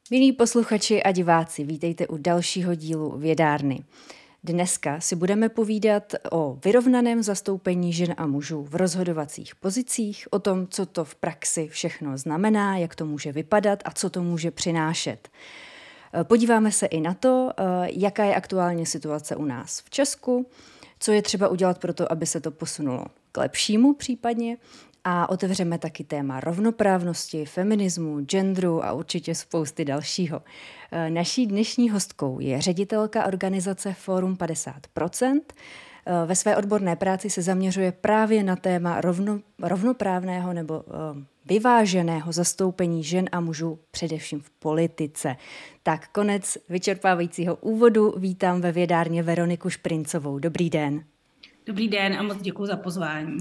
Milí posluchači a diváci, vítejte u dalšího dílu Vědárny. Dneska si budeme povídat o vyrovnaném zastoupení žen a mužů v rozhodovacích pozicích, o tom, co to v praxi všechno znamená, jak to může vypadat a co to může přinášet. Podíváme se i na to, jaká je aktuálně situace u nás v Česku, co je třeba udělat pro to, aby se to posunulo k lepšímu případně, a otevřeme taky téma rovnoprávnosti, feminismu, genderu a určitě spousty dalšího. Naší dnešní hostkou je ředitelka organizace Fórum 50%. Ve své odborné práci se zaměřuje právě na téma rovnoprávného nebo vyváženého zastoupení žen a mužů, především v politice. Tak konec vyčerpávajícího úvodu. Vítám ve Vědárně Veroniku Šprincovou. Dobrý den. Dobrý den a moc děkuji za pozvání.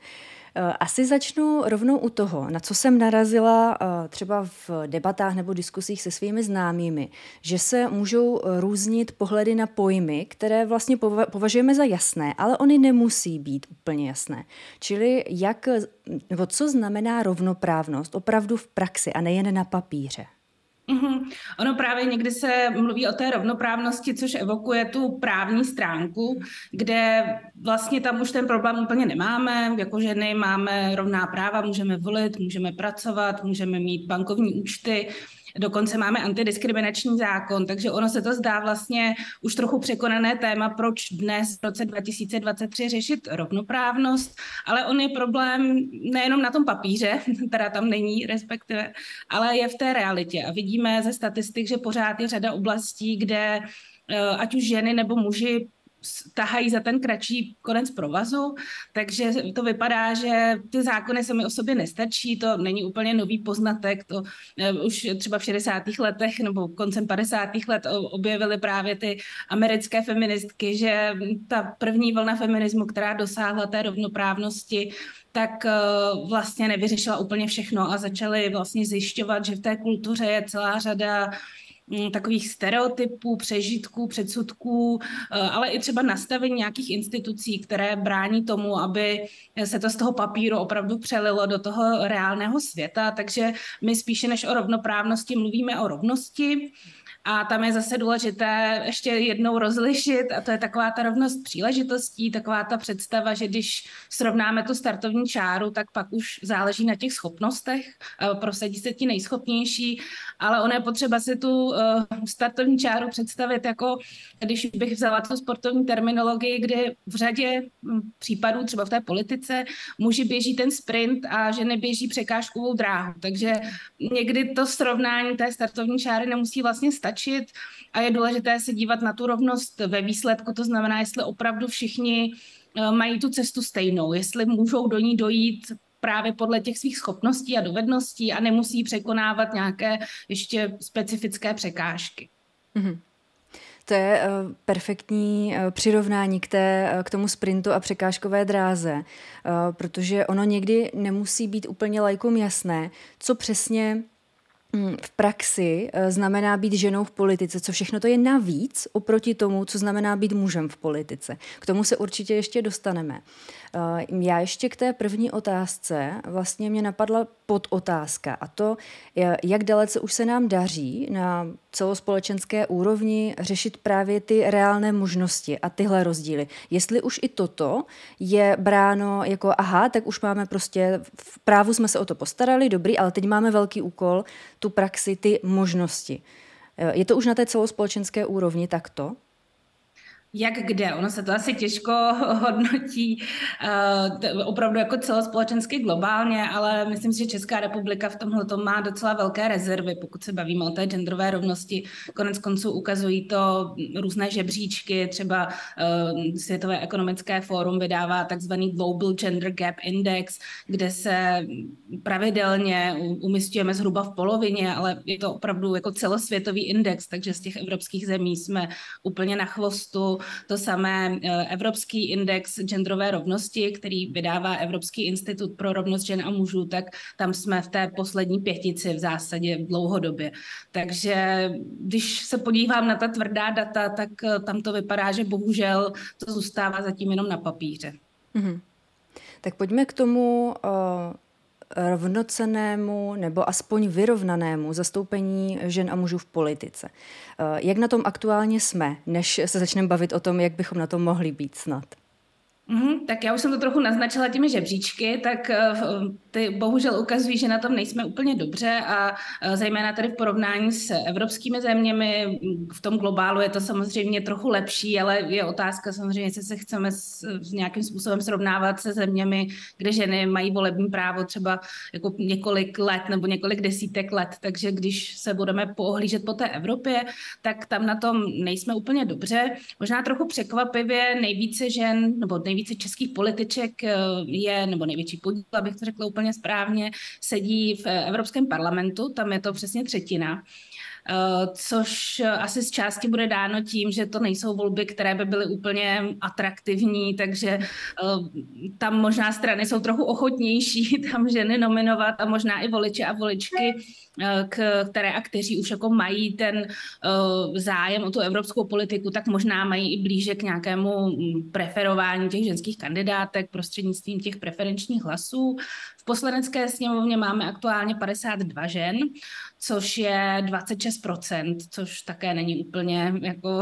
Asi začnu rovnou u toho, na co jsem narazila třeba v debatách nebo diskusích se svými známými, že se můžou různit pohledy na pojmy, které vlastně považujeme za jasné, ale ony nemusí být úplně jasné. Čili nebo co znamená rovnoprávnost opravdu v praxi a nejen na papíře? Ono právě někdy se mluví o té rovnoprávnosti, což evokuje tu právní stránku, kde vlastně tam už ten problém úplně nemáme. Jako ženy máme rovná práva, můžeme volit, můžeme pracovat, můžeme mít bankovní účty, dokonce máme antidiskriminační zákon, takže ono se to zdá vlastně už trochu překonané téma, proč dnes v roce 2023 řešit rovnoprávnost, ale on je problém nejenom na tom papíře, teda tam není respektive, ale je v té realitě a vidíme ze statistik, že pořád je řada oblastí, kde ať už ženy nebo muži tahají za ten kratší konec provazu, takže to vypadá, že ty zákony sami o sobě nestačí, to není úplně nový poznatek, to už třeba v 60. letech nebo koncem 50. let objevily právě ty americké feministky, že ta první vlna feminismu, která dosáhla té rovnoprávnosti, tak vlastně nevyřešila úplně všechno a začaly vlastně zjišťovat, že v té kultuře je celá řada takových stereotypů, přežitků, předsudků, ale i třeba nastavení nějakých institucí, které brání tomu, aby se to z toho papíru opravdu přelilo do toho reálného světa. Takže my spíše než o rovnoprávnosti mluvíme o rovnosti. A tam je zase důležité ještě jednou rozlišit, a to je taková ta rovnost příležitostí, taková ta představa, že když srovnáme tu startovní čáru, tak pak už záleží na těch schopnostech, prosadí se ti nejschopnější, ale ono je potřeba si tu startovní čáru představit jako, když bych vzala tu sportovní terminologii, kdy v řadě případů, třeba v té politice, muži běží ten sprint a ženy běží překážkovou dráhu. Takže někdy to srovnání té startovní čáry nemusí vlastně stačit a je důležité se dívat na tu rovnost ve výsledku, to znamená, jestli opravdu všichni mají tu cestu stejnou, jestli můžou do ní dojít právě podle těch svých schopností a dovedností a nemusí překonávat nějaké ještě specifické překážky. Mm-hmm. To je perfektní přirovnání k tomu sprintu a překážkové dráze, protože ono někdy nemusí být úplně laikům jasné, co přesně v praxi znamená být ženou v politice, co všechno to je navíc oproti tomu, co znamená být mužem v politice. K tomu se určitě ještě dostaneme. Já ještě k té první otázce, vlastně mě napadla podotázka a to, jak dalece už se nám daří na celospolečenské úrovni řešit právě ty reálné možnosti a tyhle rozdíly. Jestli už i toto je bráno jako aha, tak už máme prostě, v právu jsme se o to postarali, dobrý, ale teď máme velký úkol, tu praxi, ty možnosti. Je to už na té celospolečenské úrovni takto? Jak kde? Ono se to asi těžko hodnotí opravdu jako celospolečensky globálně, ale myslím si, že Česká republika v tomhle má docela velké rezervy, pokud se bavíme o té genderové rovnosti. Konec konců ukazují to různé žebříčky, třeba Světové ekonomické fórum vydává takzvaný Global Gender Gap Index, kde se pravidelně umístujeme zhruba v polovině, ale je to opravdu jako celosvětový index, takže z těch evropských zemí jsme úplně na chvostu. To samé Evropský index genderové rovnosti, který vydává Evropský institut pro rovnost žen a mužů, tak tam jsme v té poslední pětici v zásadě dlouhodobě. Takže když se podívám na ta tvrdá data, tak tam to vypadá, že bohužel to zůstává zatím jenom na papíře. Tak pojďme k tomu rovnocennému nebo aspoň vyrovnanému zastoupení žen a mužů v politice. Jak na tom aktuálně jsme, než se začneme bavit o tom, jak bychom na tom mohli být snad? Tak já už jsem to trochu naznačila těmi žebříčky, tak ty bohužel ukazují, že na tom nejsme úplně dobře a zejména tady v porovnání s evropskými zeměmi, v tom globálu je to samozřejmě trochu lepší, ale je otázka samozřejmě, jestli se chceme s nějakým způsobem srovnávat se zeměmi, kde ženy mají volební právo třeba jako několik let nebo několik desítek let, takže když se budeme pohlížet po té Evropě, tak tam na tom nejsme úplně dobře. Možná trochu překvapivě nejvíce žen nebo nejvíce českých političek je, nebo největší podíl, abych to řekla úplně správně, sedí v Evropském parlamentu, tam je to přesně třetina. Což asi z části bude dáno tím, že to nejsou volby, které by byly úplně atraktivní, takže tam možná strany jsou trochu ochotnější tam ženy nominovat a možná i voliče a voličky, které a kteří už jako mají ten zájem o tu evropskou politiku, tak možná mají i blíže k nějakému preferování těch ženských kandidátek prostřednictvím těch preferenčních hlasů. V poslanecké sněmovně máme aktuálně 52 žen, což je 26%, což také není úplně jako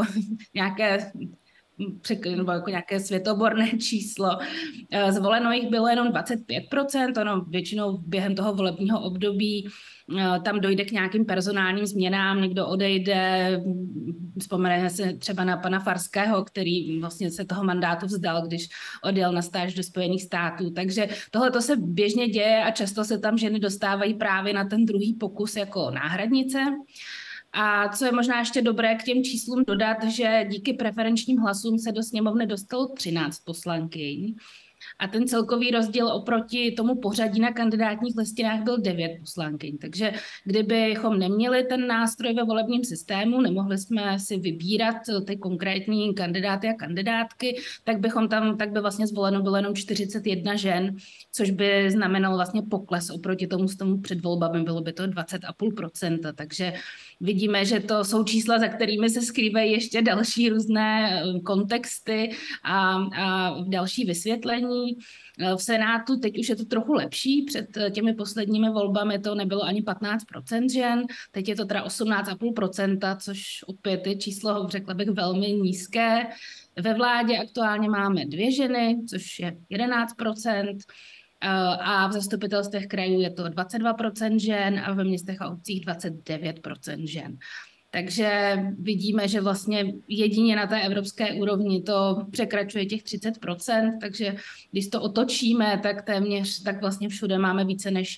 nějaké světoborné číslo. Zvoleno jich bylo jenom 25%, ono většinou během toho volebního období tam dojde k nějakým personálním změnám, někdo odejde, vzpomeneme se třeba na pana Farského, který vlastně se toho mandátu vzdal, když odjel na stáž do Spojených států. Takže tohle to se běžně děje a často se tam ženy dostávají právě na ten druhý pokus jako náhradnice. A co je možná ještě dobré k těm číslům dodat, že díky preferenčním hlasům se do sněmovny dostalo 13 poslankyň. A ten celkový rozdíl oproti tomu pořadí na kandidátních listinách byl 9 poslankyň. Takže kdybychom neměli ten nástroj ve volebním systému, nemohli jsme si vybírat ty konkrétní kandidáty a kandidátky, tak by vlastně zvoleno bylo jenom 41 žen, což by znamenalo vlastně pokles oproti tomu před volbami, bylo by to 20,5%. Takže vidíme, že to jsou čísla, za kterými se skrývají ještě další různé kontexty a další vysvětlení. V Senátu teď už je to trochu lepší, před těmi posledními volbami to nebylo ani 15% žen, teď je to teda 18,5%, což opět je číslo, řekla bych, velmi nízké. Ve vládě aktuálně máme 2 ženy, což je 11%, a v zastupitelstvech krajů je to 22% žen a ve městech a obcích 29% žen. Takže vidíme, že vlastně jedině na té evropské úrovni to překračuje těch 30%, takže když to otočíme, tak vlastně všude máme více než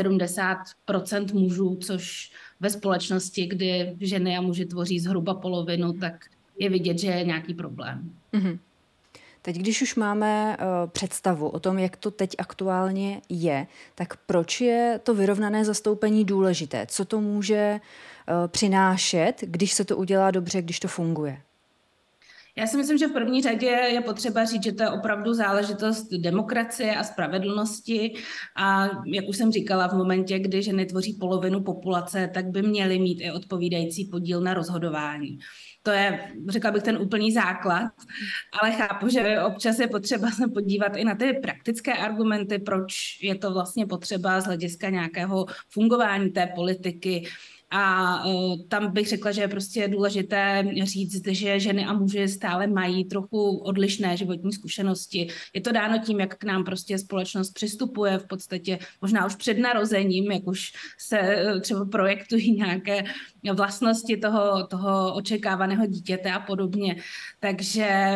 70% mužů, což ve společnosti, kdy ženy a muži tvoří zhruba polovinu, tak je vidět, že je nějaký problém. Mm-hmm. Teď, když už máme představu o tom, jak to teď aktuálně je, tak proč je to vyrovnané zastoupení důležité? Co to může přinášet, když se to udělá dobře, když to funguje? Já si myslím, že v první řadě je potřeba říct, že to je opravdu záležitost demokracie a spravedlnosti a jak už jsem říkala, v momentě, kdy ženy tvoří polovinu populace, tak by měly mít i odpovídající podíl na rozhodování. To je, řekla bych, ten úplný základ, ale chápu, že občas je potřeba se podívat i na ty praktické argumenty, proč je to vlastně potřeba z hlediska nějakého fungování té politiky. A tam bych řekla, že je prostě důležité říct, že ženy a muži stále mají trochu odlišné životní zkušenosti. Je to dáno tím, jak k nám prostě společnost přistupuje v podstatě možná už před narozením, jak už se třeba projektují nějaké vlastnosti toho očekávaného dítěte a podobně. Takže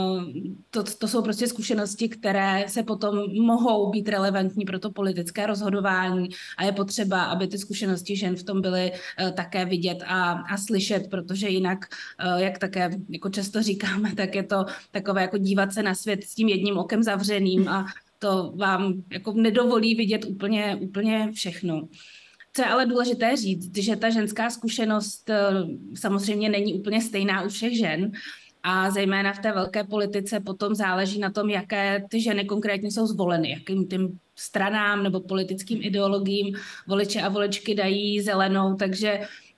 to jsou prostě zkušenosti, které se potom mohou být relevantní pro to politické rozhodování a je potřeba, aby ty zkušenosti žen v tom byly také vidět a slyšet, protože jinak, jak také jako často říkáme, tak je to takové jako dívat se na svět s tím jedním okem zavřeným a to vám jako nedovolí vidět úplně všechno. Co je ale důležité říct, že ta ženská zkušenost samozřejmě není úplně stejná u všech žen, a zejména v té velké politice potom záleží na tom, jaké ty ženy konkrétně jsou zvoleny, jakým tím stranám nebo politickým ideologiím voliče a voličky dají zelenou, takže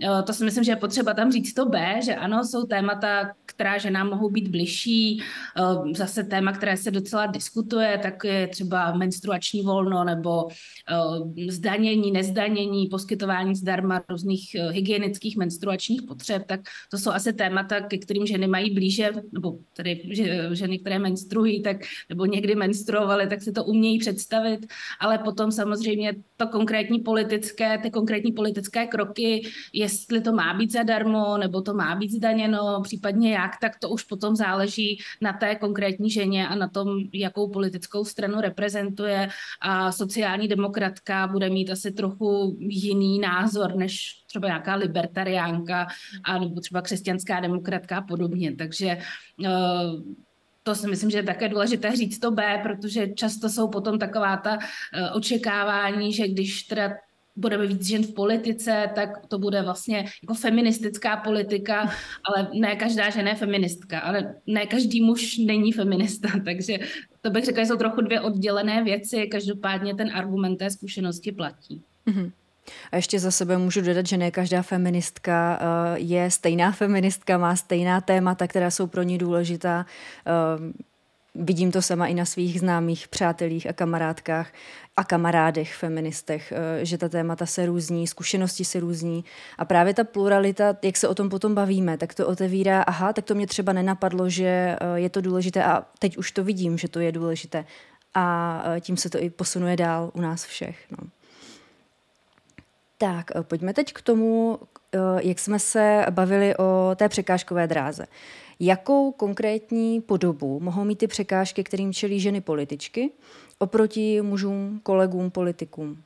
To si myslím, že je potřeba tam říct to B, že ano, jsou témata, která ženám mohou být bližší. Zase téma, které se docela diskutuje, tak je třeba menstruační volno nebo zdanění, nezdanění, poskytování zdarma různých hygienických menstruačních potřeb, tak to jsou asi témata, ke kterým ženy mají blíže, nebo tedy ženy, které menstruují, tak, nebo někdy menstruovaly, tak si to umějí představit, ale potom samozřejmě ty konkrétní politické kroky, jestli to má být zadarmo, nebo to má být zdaněno, případně jak, tak to už potom záleží na té konkrétní ženě a na tom, jakou politickou stranu reprezentuje, a sociální demokratka bude mít asi trochu jiný názor než třeba nějaká libertariánka a nebo třeba křesťanská demokratka a podobně. Takže to si myslím, že je také důležité říct to B, protože často jsou potom taková ta očekávání, že když teda budeme víc žen v politice, tak to bude vlastně jako feministická politika, ale ne každá žena je feministka, ale ne každý muž není feminista, takže to bych řekla, že jsou trochu dvě oddělené věci, každopádně ten argument té zkušenosti platí. Mm-hmm. A ještě za sebe můžu dodat, že ne každá feministka je stejná feministka, má stejná témata, která jsou pro ní důležitá. Vidím to sama i na svých známých přátelích a kamarádkách a kamarádech feministech, že ta témata se různí, zkušenosti se různí a právě ta pluralita, jak se o tom potom bavíme, tak to otevírá, aha, tak to mě třeba nenapadlo, že je to důležité a teď už to vidím, že to je důležité a tím se to i posunuje dál u nás všech. No. Tak, pojďme teď k tomu, jak jsme se bavili o té překážkové dráze. Jakou konkrétní podobu mohou mít ty překážky, kterým čelí ženy političky, oproti mužům, kolegům, politikům?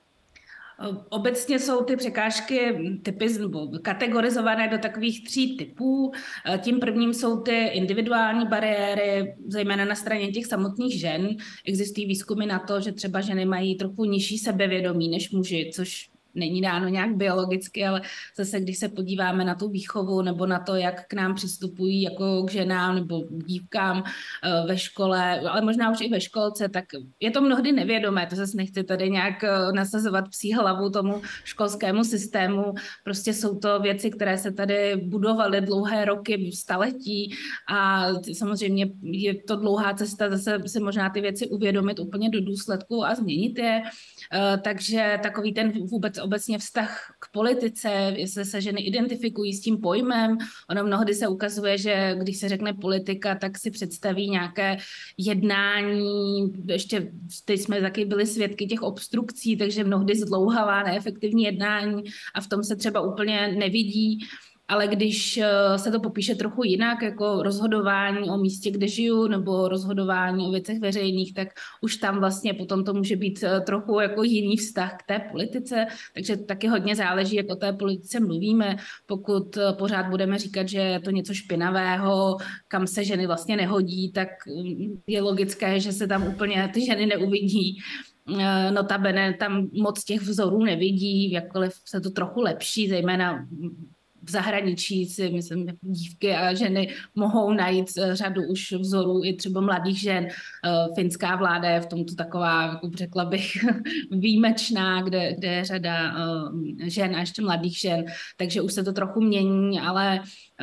Obecně jsou ty překážky kategorizované do takových 3 typů. Tím prvním jsou ty individuální bariéry, zejména na straně těch samotných žen. Existují výzkumy na to, že třeba ženy mají trochu nižší sebevědomí než muži, což není dáno nějak biologicky, ale zase, když se podíváme na tu výchovu nebo na to, jak k nám přistupují jako k ženám nebo k dívkám ve škole, ale možná už i ve školce, tak je to mnohdy nevědomé. To zase nechci tady nějak nasazovat psí hlavu tomu školskému systému. Prostě jsou to věci, které se tady budovaly dlouhé roky, staletí a samozřejmě je to dlouhá cesta zase si možná ty věci uvědomit úplně do důsledku a změnit je. Takže takový ten vůbec obecně vztah k politice, jestli se ženy identifikují s tím pojmem. Ono mnohdy se ukazuje, že když se řekne politika, tak si představí nějaké jednání, ještě teď jsme taky byli svědky těch obstrukcí, takže mnohdy zdlouhavá, neefektivní jednání a v tom se třeba úplně nevidí. Ale když se to popíše trochu jinak, jako rozhodování o místě, kde žiju, nebo rozhodování o věcech veřejných, tak už tam vlastně potom to může být trochu jako jiný vztah k té politice, takže taky hodně záleží, jak o té politice mluvíme. Pokud pořád budeme říkat, že je to něco špinavého, kam se ženy vlastně nehodí, tak je logické, že se tam úplně ty ženy neuvidí. Notabene tam moc těch vzorů nevidí, jakkoliv se to trochu lepší, zejména v zahraničí si myslím, dívky a ženy mohou najít řadu už vzorů i třeba mladých žen. Finská vláda je v tomto taková, jako řekla bych, výjimečná, kde je řada žen a ještě mladých žen, takže už se to trochu mění, ale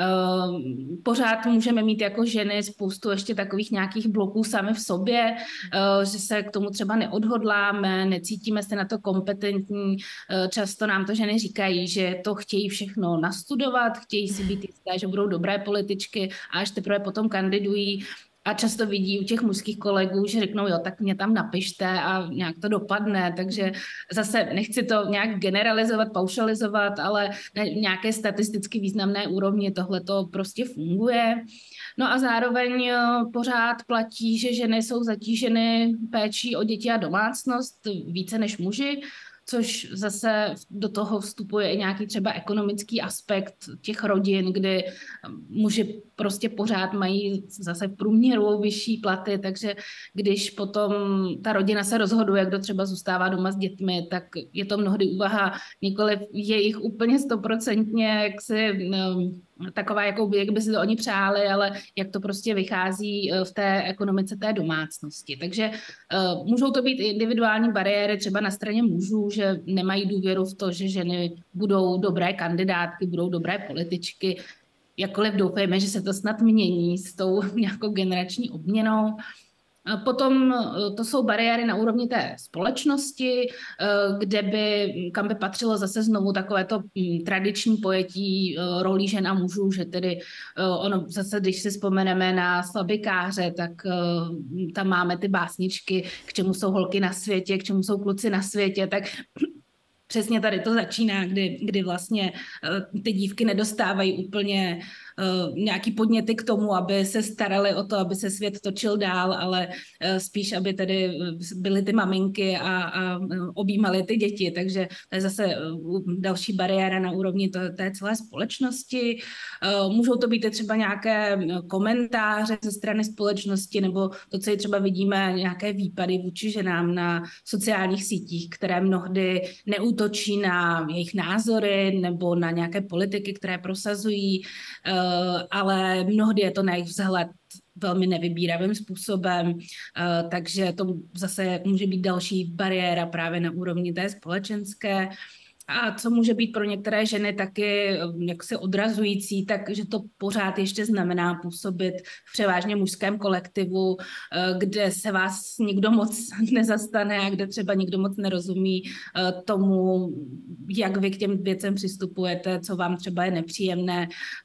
pořád můžeme mít jako ženy spoustu ještě takových nějakých bloků sami v sobě, že se k tomu třeba neodhodláme, necítíme se na to kompetentní. Často nám to ženy říkají, že to chtějí všechno nastudovat, chtějí si být jisté, že budou dobré političky a až teprve potom kandidují. A často vidí u těch mužských kolegů, že řeknou, jo, tak mě tam napište a nějak to dopadne. Takže zase nechci to nějak generalizovat, paušalizovat, ale na nějaké statisticky významné úrovni tohle to prostě funguje. No a zároveň pořád platí, že ženy jsou zatíženy péčí o děti a domácnost více než muži, což zase do toho vstupuje i nějaký třeba ekonomický aspekt těch rodin, kdy muži prostě pořád mají zase v průměru vyšší platy, takže když potom ta rodina se rozhoduje, kdo třeba zůstává doma s dětmi, tak je to mnohdy úvaha nikoliv jejich úplně 100% jaksi taková, jak by si to oni přáli, ale jak to prostě vychází v té ekonomice té domácnosti. Takže můžou to být i individuální bariéry třeba na straně mužů, že nemají důvěru v to, že ženy budou dobré kandidátky, budou dobré političky, jakkoliv doufejme, že se to snad mění s tou nějakou generační obměnou. Potom to jsou bariéry na úrovni té společnosti, kam by patřilo zase znovu takovéto tradiční pojetí rolí žen a mužů, že tedy ono zase, když si vzpomeneme na slabikáře, tak tam máme ty básničky, k čemu jsou holky na světě, k čemu jsou kluci na světě, tak přesně tady to začíná, kdy vlastně ty dívky nedostávají úplně nějaký podněty k tomu, aby se starali o to, aby se svět točil dál, ale spíš, aby tedy byly ty maminky a objímaly ty děti. Takže to je zase další bariéra na úrovni té celé společnosti. Můžou to být třeba nějaké komentáře ze strany společnosti, nebo to, co třeba vidíme, nějaké výpady vůči ženám na sociálních sítích, které mnohdy neútočí na jejich názory nebo na nějaké politiky, které prosazují, ale mnohdy je to na jejich vzhled velmi nevybíravým způsobem, takže to zase může být další bariéra právě na úrovni té společenské. A co může být pro některé ženy taky jaksi odrazující, takže to pořád ještě znamená působit v převážně mužském kolektivu, kde se vás nikdo moc nezastane a kde třeba nikdo moc nerozumí tomu, jak vy k těm věcem přistupujete, co vám třeba je nepříjemné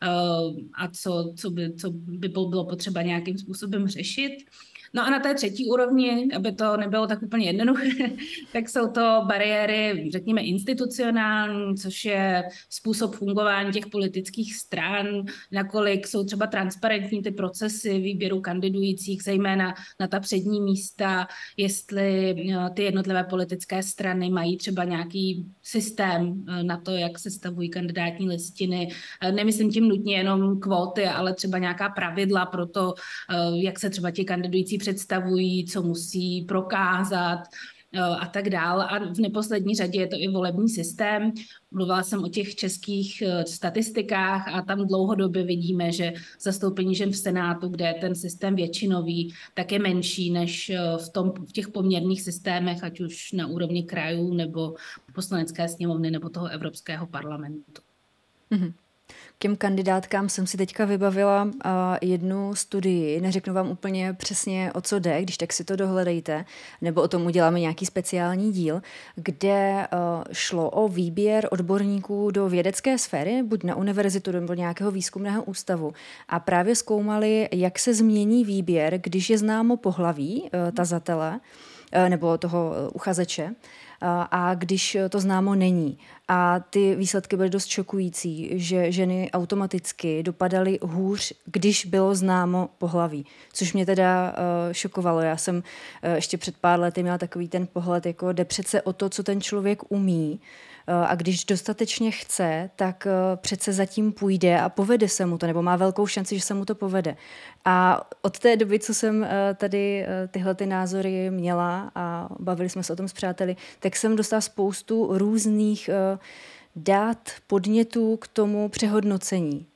a co by bylo potřeba nějakým způsobem řešit. No a na té třetí úrovni, aby to nebylo tak úplně jednoduché, tak jsou to bariéry, řekněme, institucionální, což je způsob fungování těch politických stran, nakolik jsou třeba transparentní ty procesy výběru kandidujících, zejména na ta přední místa, jestli ty jednotlivé politické strany mají třeba nějaký systém na to, jak se stavují kandidátní listiny. Nemyslím tím nutně jenom kvóty, ale třeba nějaká pravidla pro to, jak se třeba ti kandidující představují, co musí prokázat a tak dál. A v neposlední řadě je to i volební systém. Mluvila jsem o těch českých statistikách a tam dlouhodobě vidíme, že zastoupení žen v Senátu, kde je ten systém většinový, tak je menší než v těch poměrných systémech, ať už na úrovni krajů nebo poslanecké sněmovny nebo toho Evropského parlamentu. Mm-hmm. K těm kandidátkám jsem si teďka vybavila jednu studii, neřeknu vám úplně přesně, o co jde, když tak si to dohledejte, nebo o tom uděláme nějaký speciální díl, kde šlo o výběr odborníků do vědecké sféry, buď na univerzitu nebo nějakého výzkumného ústavu a právě zkoumali, jak se změní výběr, když je známo pohlaví tazatele nebo toho uchazeče, a když to známo není. A ty výsledky byly dost šokující, že ženy automaticky dopadaly hůř, když bylo známo pohlaví. Což mě teda šokovalo. Já jsem ještě před pár lety měla takový ten pohled, jako jde přece o to, co ten člověk umí. A když dostatečně chce, tak přece zatím půjde a povede se mu to, nebo má velkou šanci, že se mu to povede. A od té doby, co jsem tady tyhle ty názory měla a bavili jsme se o tom s přáteli, tak jsem dostala spoustu různých dát, podnětů k tomu přehodnocení.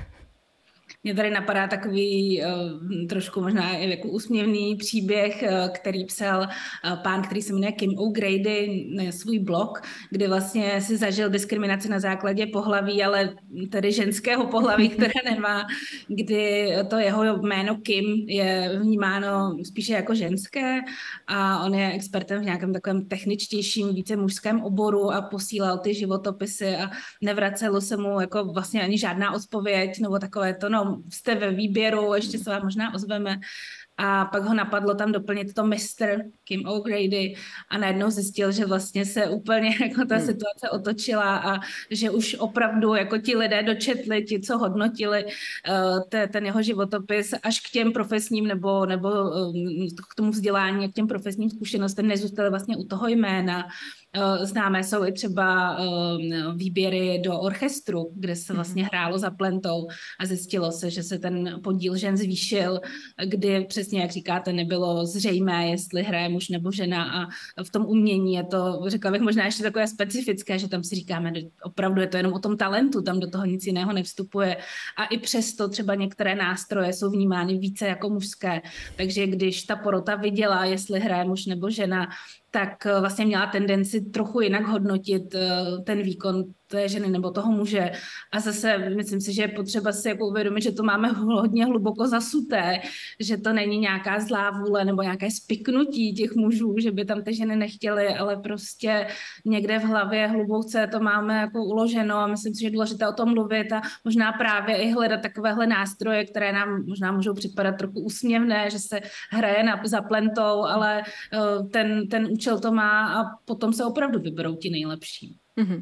Mně tady napadá takový trošku možná jako úsměvný příběh, který psal pán, který se jmenuje Kim O'Grady, svůj blog, kdy vlastně si zažil diskriminaci na základě pohlaví, ale tedy ženského pohlaví, které nemá, kdy to jeho jméno Kim je vnímáno spíše jako ženské a on je expertem v nějakém takovém techničtějším, více mužském oboru a posílal ty životopisy a nevracelo se mu jako vlastně ani žádná odpověď nebo takové to, no, jste ve výběru, ještě se vám možná ozveme. A pak ho napadlo tam doplnit to Mr. Kim O'Grady a najednou zjistil, že vlastně se úplně jako ta situace otočila a že už opravdu jako ti lidé dočetli, ti, co hodnotili ten jeho životopis až k těm profesním nebo k tomu vzdělání, k těm profesním zkušenostem nezůstali vlastně u toho jména. Známé jsou i třeba výběry do orchestru, kde se vlastně hrálo za plentou a zjistilo se, že se ten podíl žen zvýšil, kdy přesně, jak říkáte, nebylo zřejmé, jestli hraje muž nebo žena a v tom umění je to, řekla bych, možná ještě takové specifické, že tam si říkáme, opravdu je to jenom o tom talentu, tam do toho nic jiného nevstupuje a i přesto třeba některé nástroje jsou vnímány více jako mužské, takže když ta porota viděla, jestli hraje muž nebo žena, tak vlastně měla tendenci trochu jinak hodnotit ten výkon té ženy nebo toho muže. A zase myslím si, že je potřeba si jako uvědomit, že to máme hodně hluboko zasuté, že to není nějaká zlá vůle nebo nějaké spiknutí těch mužů, že by tam ty ženy nechtěly, ale prostě někde v hlavě hluboce to máme jako uloženo a myslím si, že je důležité o tom mluvit a možná právě i hledat takovéhle nástroje, které nám možná můžou připadat trochu úsměvné, že se hraje za plentou, ale ten účel to má a potom se opravdu vyberou ti nejlepší. Mm-hmm.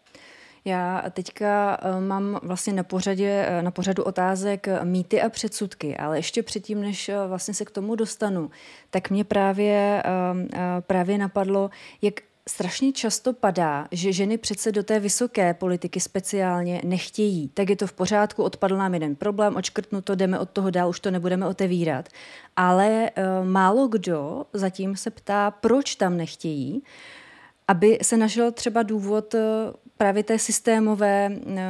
Já teďka mám vlastně na pořadu otázek mýty a předsudky, ale ještě předtím, než vlastně se k tomu dostanu, tak mě právě napadlo, jak strašně často padá, že ženy přece do té vysoké politiky speciálně nechtějí. Tak je to v pořádku, odpadl nám jeden problém, odškrtnuto, jdeme od toho dál, už to nebudeme otevírat. Ale málo kdo zatím se ptá, proč tam nechtějí, aby se našel třeba důvod právě té systémové,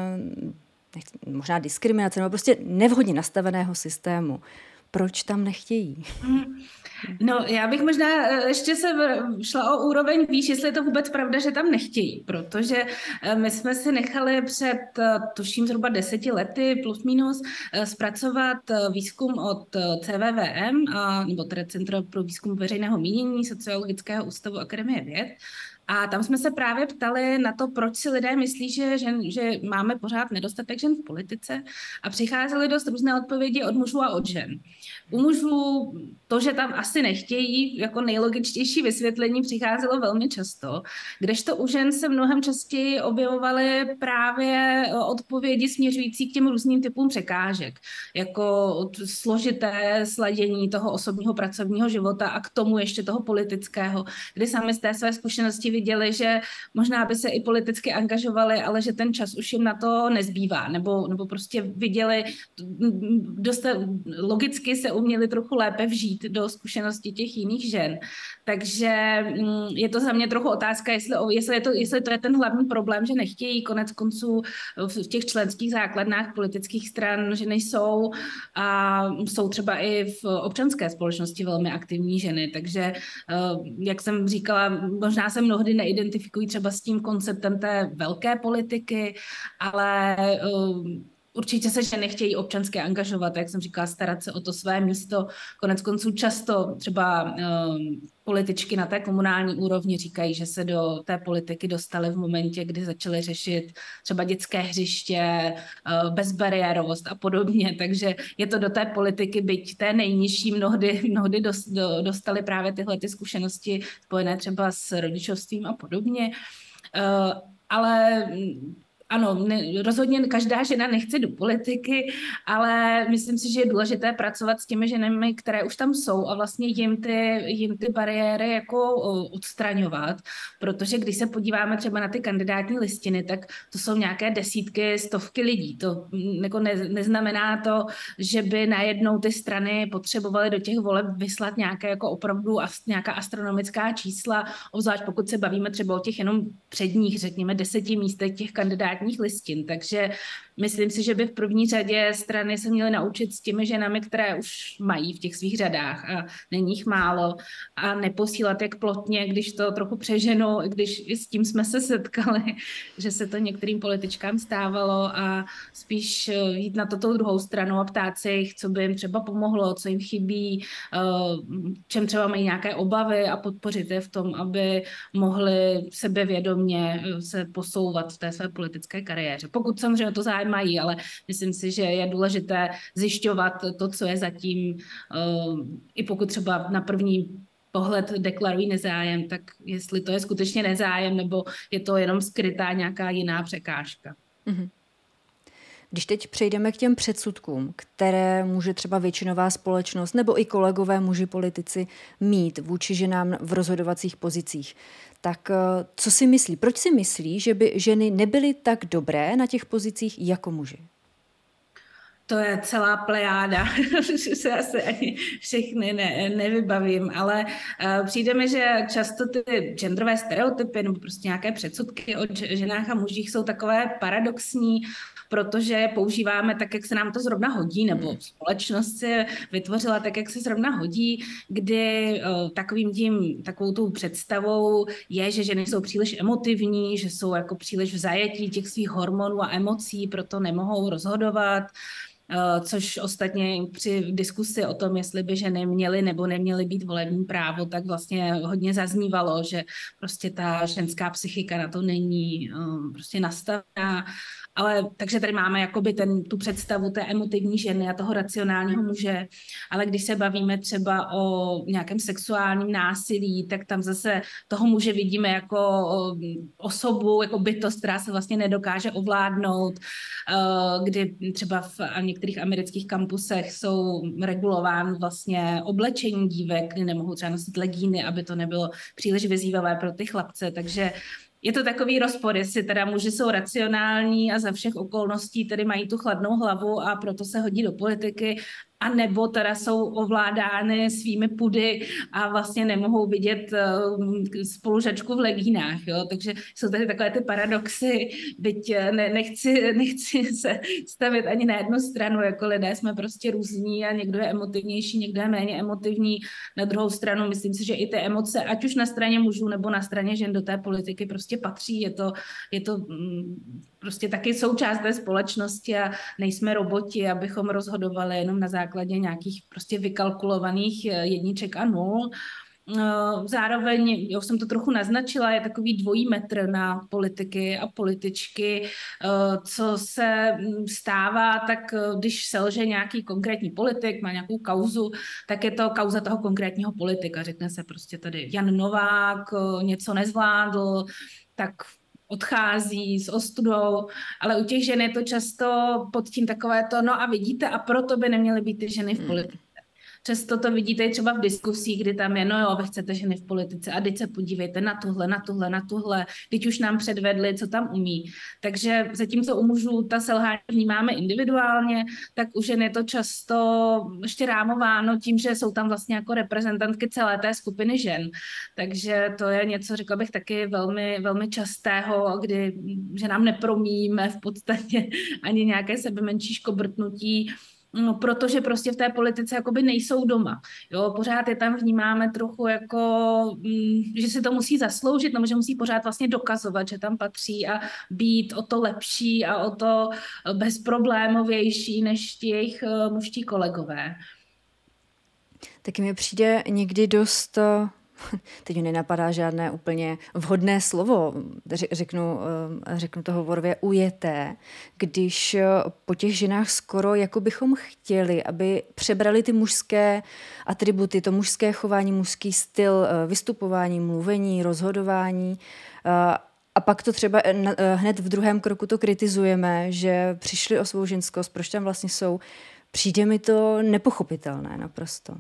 možná diskriminace, nebo prostě nevhodně nastaveného systému. Proč tam nechtějí? No, já bych možná ještě šla o úroveň výš, jestli je to vůbec pravda, že tam nechtějí, protože my jsme si nechali před, tuším, zhruba 10 lety plus minus zpracovat výzkum od CVVM, nebo tedy Centra pro výzkum veřejného mínění Sociologického ústavu Akademie věd. A tam jsme se právě ptali na to, proč si lidé myslí, že máme pořád nedostatek žen v politice a přicházely dost různé odpovědi od mužů a od žen. U mužů to, že tam asi nechtějí, jako nejlogičtější vysvětlení přicházelo velmi často, kdežto u žen se mnohem častěji objevovaly právě odpovědi směřující k těm různým typům překážek, jako složité sladění toho osobního pracovního života a k tomu ještě toho politického, kdy sami z té své zkušenosti viděli, že možná by se i politicky angažovali, ale že ten čas už jim na to nezbývá, nebo prostě viděli, dost logicky se uměli trochu lépe vžít do zkušenosti těch jiných žen. Takže je to za mě trochu otázka, jestli to je ten hlavní problém, že nechtějí, konec konců v těch členských základnách politických stran ženy jsou a jsou třeba i v občanské společnosti velmi aktivní ženy, takže jak jsem říkala, možná se mnohdy neidentifikují třeba s tím konceptem té velké politiky, ale určitě se ženy chtějí občansky angažovat, jak jsem říkala, starat se o to své místo. Konec konců často třeba političky na té komunální úrovni říkají, že se do té politiky dostaly v momentě, kdy začaly řešit třeba dětské hřiště, bezbariérovost a podobně. Takže je to do té politiky, byť té nejnižší, mnohdy dostaly právě tyhle ty zkušenosti spojené třeba s rodičovstvím a podobně. Ale ano, rozhodně každá žena nechce do politiky, ale myslím si, že je důležité pracovat s těmi ženami, které už tam jsou a vlastně jim ty bariéry jako odstraňovat, protože když se podíváme třeba na ty kandidátní listiny, tak to jsou nějaké desítky, stovky lidí. To jako neznamená to, že by najednou ty strany potřebovaly do těch voleb vyslat nějaké jako opravdu nějaká astronomická čísla, obzvlášť pokud se bavíme třeba o těch jenom předních, řekněme 10 místech těch kandidátních listin. Takže myslím si, že by v první řadě strany se měly naučit s těmi ženami, které už mají v těch svých řadách a není jich málo a neposílat jak plotně, když to trochu přeženou, když i s tím jsme se setkali, že se to některým političkám stávalo a spíš jít na to tou druhou stranu a ptát se jich, co by jim třeba pomohlo, co jim chybí, čem třeba mají nějaké obavy a podpořit je v tom, aby mohli sebevědomě se posouvat v té své politické kariéře. Pokud samozřejmě to zájem mají, ale myslím si, že je důležité zjišťovat to, co je zatím, i pokud třeba na první pohled deklarují nezájem, tak jestli to je skutečně nezájem, nebo je to jenom skrytá nějaká jiná překážka. Mm-hmm. Když teď přejdeme k těm předsudkům, které může třeba většinová společnost nebo i kolegové muži politici mít vůči ženám v rozhodovacích pozicích, tak co si myslí? Proč si myslí, že by ženy nebyly tak dobré na těch pozicích jako muži? To je celá plejáda, že se asi ani všechny nevybavím, ale přijde mi, že často ty genderové stereotypy nebo prostě nějaké předsudky o ženách a mužích jsou takové paradoxní, protože je používáme tak, jak se nám to zrovna hodí, nebo společnost si vytvořila tak, jak se zrovna hodí, kdy takovou tou představou je, že ženy jsou příliš emotivní, že jsou jako příliš v zajetí těch svých hormonů a emocí, proto nemohou rozhodovat, což ostatně při diskusi o tom, jestli by ženy měly nebo neměly být volební právo, tak vlastně hodně zaznívalo, že prostě ta ženská psychika na to není prostě nastavená. Ale takže tady máme jakoby tu představu té emotivní ženy a toho racionálního muže, ale když se bavíme třeba o nějakém sexuálním násilí, tak tam zase toho muže vidíme jako osobu, jako bytost, která se vlastně nedokáže ovládnout, kdy třeba v některých amerických kampusech jsou regulovány vlastně oblečení dívek, kdy nemohou třeba nosit legíny, aby to nebylo příliš vyzývavé pro ty chlapce, takže je to takový rozpor, jestli teda muži jsou racionální a za všech okolností tedy mají tu chladnou hlavu a proto se hodí do politiky, a nebo teda jsou ovládány svými pudy a vlastně nemohou vidět spolužačku v legínách, jo? Takže jsou tady takové ty paradoxy, byť nechci se stavit ani na jednu stranu, jako lidé jsme prostě různí a někdo je emotivnější, někdo je méně emotivní. Na druhou stranu myslím si, že i ty emoce, ať už na straně mužů nebo na straně žen do té politiky prostě patří, je to prostě taky součást té společnosti a nejsme roboti, abychom rozhodovali jenom na základě nějakých prostě vykalkulovaných jedniček a nul. Zároveň, já už jsem to trochu naznačila, je takový dvojí metr na politiky a političky, co se stává, tak když selže nějaký konkrétní politik, má nějakou kauzu, tak je to kauza toho konkrétního politika. Řekne se prostě tady Jan Novák něco nezvládl, tak odchází s ostudou, ale u těch žen je to často pod tím takové to, no a vidíte, a proto by neměly být ty ženy v politice. Často to vidíte třeba v diskusích, kdy tam je, no jo, vy chcete ženy v politice a teď se podívejte na tuhle, teď už nám předvedli, co tam umí. Takže zatímco u mužů ta selhání vnímáme individuálně, tak u žen je to často ještě rámováno tím, že jsou tam vlastně jako reprezentantky celé té skupiny žen. Takže to je něco, řekla bych, taky velmi, velmi častého, kdy že nám nepromíjíme v podstatě ani nějaké sebemenší škobrtnutí, no, protože prostě v té politice jakoby nejsou doma. Jo, pořád je tam vnímáme trochu jako, že si to musí zasloužit, nebo že musí pořád vlastně dokazovat, že tam patří a být o to lepší a o to bezproblémovější než ti jejich mužští kolegové. Taky mi přijde někdy dost... Teď mi nenapadá žádné úplně vhodné slovo, řeknu to hovorově ujeté, když po těch ženách skoro jako bychom chtěli, aby přebrali ty mužské atributy, to mužské chování, mužský styl vystupování, mluvení, rozhodování. A pak to třeba hned v druhém kroku to kritizujeme, že přišli o svou ženskost, proč tam vlastně jsou. Přijde mi to nepochopitelné naprosto.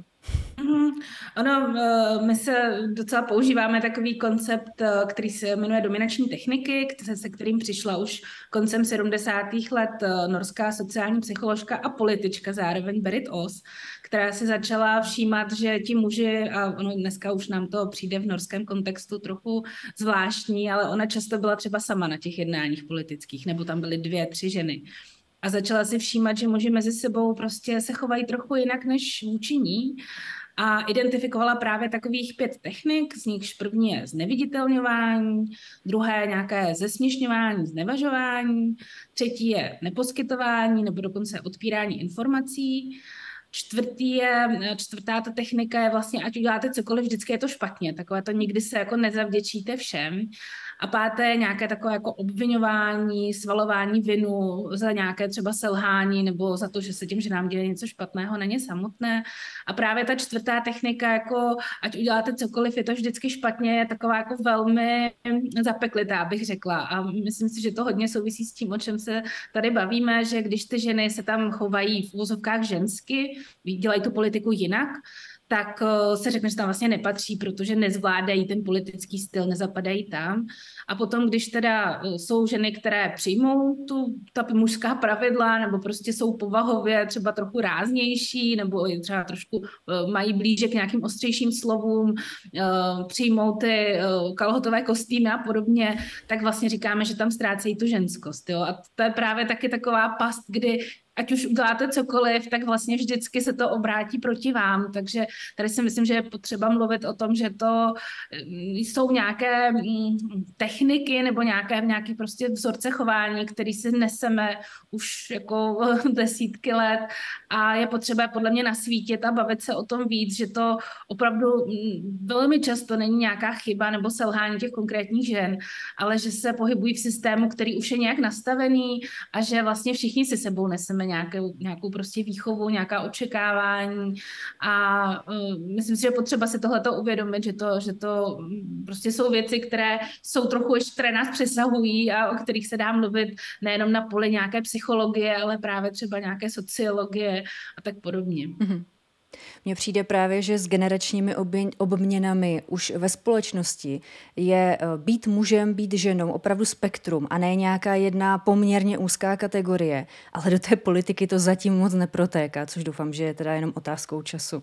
Ono, my se docela používáme takový koncept, který se jmenuje dominační techniky, se kterým přišla už koncem 70. let norská sociální psycholožka a politička zároveň Berit Ås, která si začala všímat, že ti muži, a ono dneska už nám to přijde v norském kontextu trochu zvláštní, ale ona často byla třeba sama na těch jednáních politických, nebo tam byly 2, 3 ženy. A začala si všímat, že muži mezi sebou prostě se chovají trochu jinak než vůči ní. A identifikovala právě takových 5 technik, z nichž první je zneviditelňování, druhé nějaké zesměšňování, znevažování, třetí je neposkytování nebo dokonce odpírání informací, čtvrtá ta technika je vlastně, ať uděláte cokoliv, vždycky je to špatně, takové to nikdy se jako nezavděčíte všem. A páté nějaké takové jako obviňování, svalování vinu za nějaké třeba selhání nebo za to, že se tím, že nám děje něco špatného, není samotné. A právě ta čtvrtá technika, jako ať uděláte cokoliv, je to vždycky špatně, je taková jako velmi zapeklitá, bych řekla. A myslím si, že to hodně souvisí s tím, o čem se tady bavíme, že když ty ženy se tam chovají v úvozovkách žensky, dělají tu politiku jinak, tak se řekne, že tam vlastně nepatří, protože nezvládají ten politický styl, nezapadají tam. A potom, když teda jsou ženy, které přijmou ta mužská pravidla, nebo prostě jsou povahově třeba trochu ráznější, nebo třeba trošku mají blíže k nějakým ostřejším slovům, přijmou ty kalhotové kostýmy a podobně, tak vlastně říkáme, že tam ztrácejí tu ženskost. Jo? A to je právě taky taková past, kdy ať už uděláte cokoliv, tak vlastně vždycky se to obrátí proti vám. Takže tady si myslím, že je potřeba mluvit o tom, že to jsou nějaké techniky nebo nějaké prostě vzorce chování, které si neseme už jako desítky let a je potřeba podle mě nasvítit a bavit se o tom víc, že to opravdu velmi často není nějaká chyba nebo selhání těch konkrétních žen, ale že se pohybují v systému, který už je nějak nastavený a že vlastně všichni si sebou neseme nějakou prostě výchovu, nějaká očekávání a myslím si, že je potřeba si tohleto uvědomit, že to prostě jsou věci, které jsou trochu ještě, které nás přesahují a o kterých se dá mluvit nejenom na poli nějaké psychologie, ale právě třeba nějaké sociologie a tak podobně. Mm-hmm. Mně přijde právě, že s generačními obměnami už ve společnosti je být mužem, být ženou opravdu spektrum a ne nějaká jedna poměrně úzká kategorie, ale do té politiky to zatím moc neprotéká, což doufám, že je teda jenom otázkou času.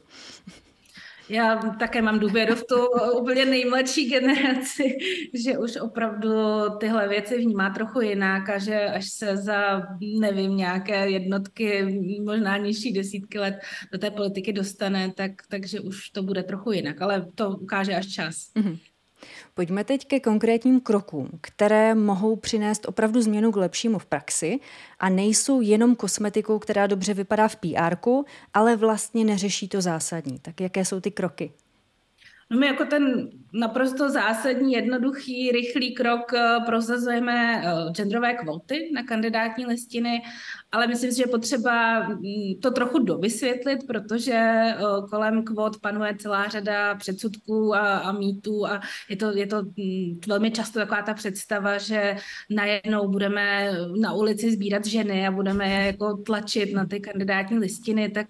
Já také mám důvěru v tu úplně nejmladší generaci, že už opravdu tyhle věci vnímá trochu jinak a že až se za, nevím, nějaké jednotky, možná nižší desítky let do té politiky dostane, takže už to bude trochu jinak, ale to ukáže až čas. Mm-hmm. Pojďme teď ke konkrétním krokům, které mohou přinést opravdu změnu k lepšímu v praxi a nejsou jenom kosmetikou, která dobře vypadá v PR-ku, ale vlastně neřeší to zásadní. Tak jaké jsou ty kroky? No my jako ten naprosto zásadní, jednoduchý, rychlý krok prosazujeme genderové kvóty na kandidátní listiny, ale myslím si, že je potřeba to trochu dovysvětlit, protože kolem kvót panuje celá řada předsudků a mýtů a je to velmi často taková ta představa, že najednou budeme na ulici sbírat ženy a budeme je jako tlačit na ty kandidátní listiny, tak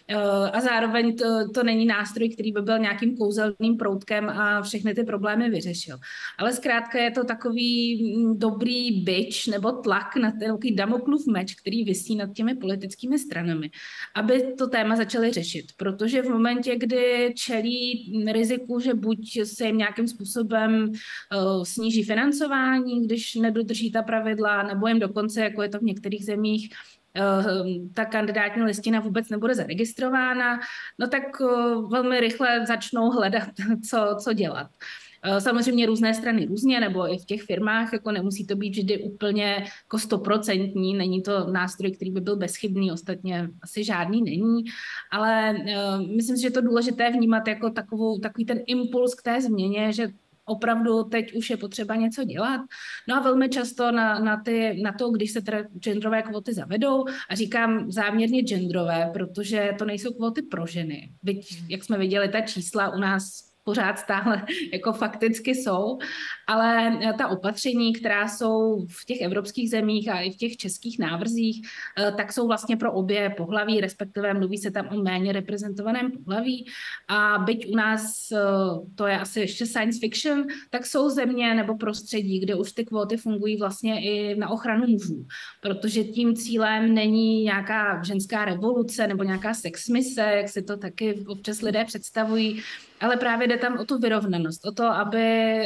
a zároveň to není nástroj, který by byl nějakým kouzelným proutkem a všechny ty problémy vyřešil. Ale zkrátka je to takový dobrý bič nebo tlak na takový Damoklův meč, který visí nad těmi politickými stranami, aby to téma začaly řešit. Protože v momentě, kdy čelí riziku, že buď se jim nějakým způsobem sníží financování, když nedodrží ta pravidla, nebo jim dokonce, jako je to v některých zemích, ta kandidátní listina vůbec nebude zaregistrována, no tak velmi rychle začnou hledat, co dělat. Samozřejmě různé strany různě, nebo i v těch firmách, jako nemusí to být vždy úplně jako 100%, není to nástroj, který by byl bezchybný, ostatně asi žádný není, ale myslím si, že je to důležité vnímat jako takový ten impuls k té změně, že opravdu teď už je potřeba něco dělat. No a velmi často na to, když se teda genderové kvóty zavedou, a říkám záměrně genderové, protože to nejsou kvóty pro ženy. Byť, jak jsme viděli, ta čísla u nás pořád stále jako fakticky jsou, ale ta opatření, která jsou v těch evropských zemích a i v těch českých návrzích, tak jsou vlastně pro obě pohlaví, respektive mluví se tam o méně reprezentovaném pohlaví a byť u nás to je asi ještě science fiction, tak jsou země nebo prostředí, kde už ty kvóty fungují vlastně i na ochranu mužů, protože tím cílem není nějaká ženská revoluce nebo nějaká sexmise, jak si to taky občas lidé představují, ale právě jde tam o tu vyrovnanost, o to, aby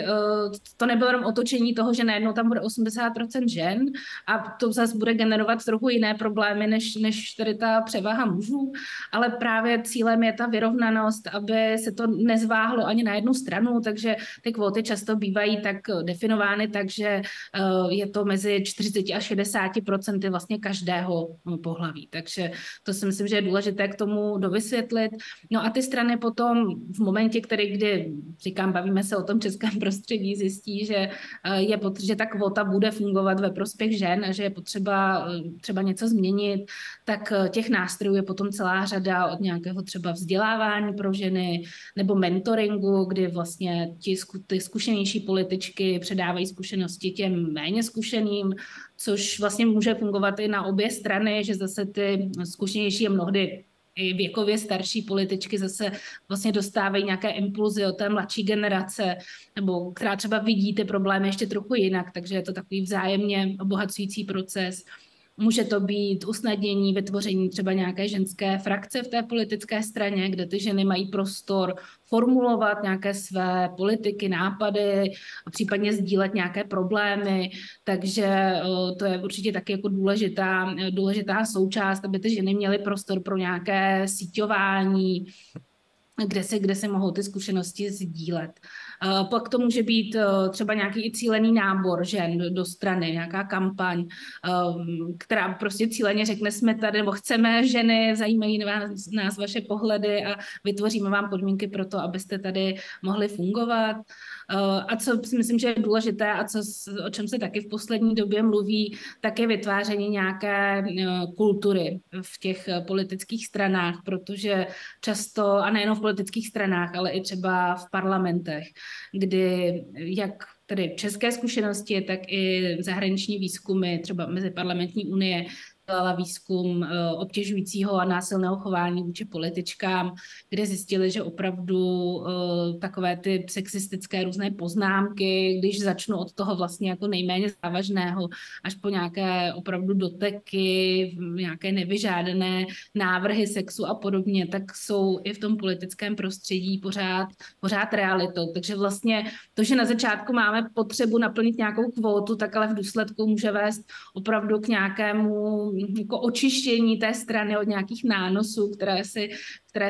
to nebylo jenom otočení toho, že najednou tam bude 80% žen a to zase bude generovat trochu jiné problémy, než tady ta převaha mužů, ale právě cílem je ta vyrovnanost, aby se to nezváhlo ani na jednu stranu, takže ty kvóty často bývají tak definovány, takže je to mezi 40 a 60% vlastně každého pohlaví. Takže to si myslím, že je důležité k tomu dovysvětlit. No a ty strany potom v momentě, momentě, kdy říkám, bavíme se o tom českém prostředí, zjistí, že že ta kvota bude fungovat ve prospěch žen a že je potřeba třeba něco změnit, tak těch nástrojů je potom celá řada, od nějakého třeba vzdělávání pro ženy nebo mentoringu, kdy vlastně ty zkušenější političky předávají zkušenosti těm méně zkušeným, což vlastně může fungovat i na obě strany, že zase ty zkušenější a mnohdy i věkově starší političky zase vlastně dostávají nějaké impulzy od té mladší generace, nebo která třeba vidí ty problémy ještě trochu jinak, takže je to takový vzájemně obohacující proces. Může to být usnadnění vytvoření třeba nějaké ženské frakce v té politické straně, kde ty ženy mají prostor formulovat nějaké své politiky, nápady a případně sdílet nějaké problémy. Takže to je určitě taky jako důležitá součást, aby ty ženy měly prostor pro nějaké síťování, kde se mohou ty zkušenosti sdílet. Pak to může být třeba nějaký i cílený nábor žen do strany, nějaká kampaň, která prostě cíleně řekne, jsme tady, nebo chceme ženy, zajímají nás vaše pohledy a vytvoříme vám podmínky pro to, abyste tady mohli fungovat. A co si myslím, že je důležité a o čem se taky v poslední době mluví, tak je vytváření nějaké kultury v těch politických stranách, protože často, a nejenom v politických stranách, ale i třeba v parlamentech, kdy jak tedy české zkušenosti, tak i zahraniční výzkumy, třeba Meziparlamentní unie, dělala výzkum obtěžujícího a násilného chování vůči političkám, kde zjistili, že opravdu takové ty sexistické různé poznámky, když začnu od toho vlastně jako nejméně závažného, až po nějaké opravdu doteky, nějaké nevyžádané návrhy sexu a podobně, tak jsou i v tom politickém prostředí pořád realitou. Takže vlastně to, že na začátku máme potřebu naplnit nějakou kvótu, tak ale v důsledku může vést opravdu k nějakému jako očištění té strany od nějakých nánosů, které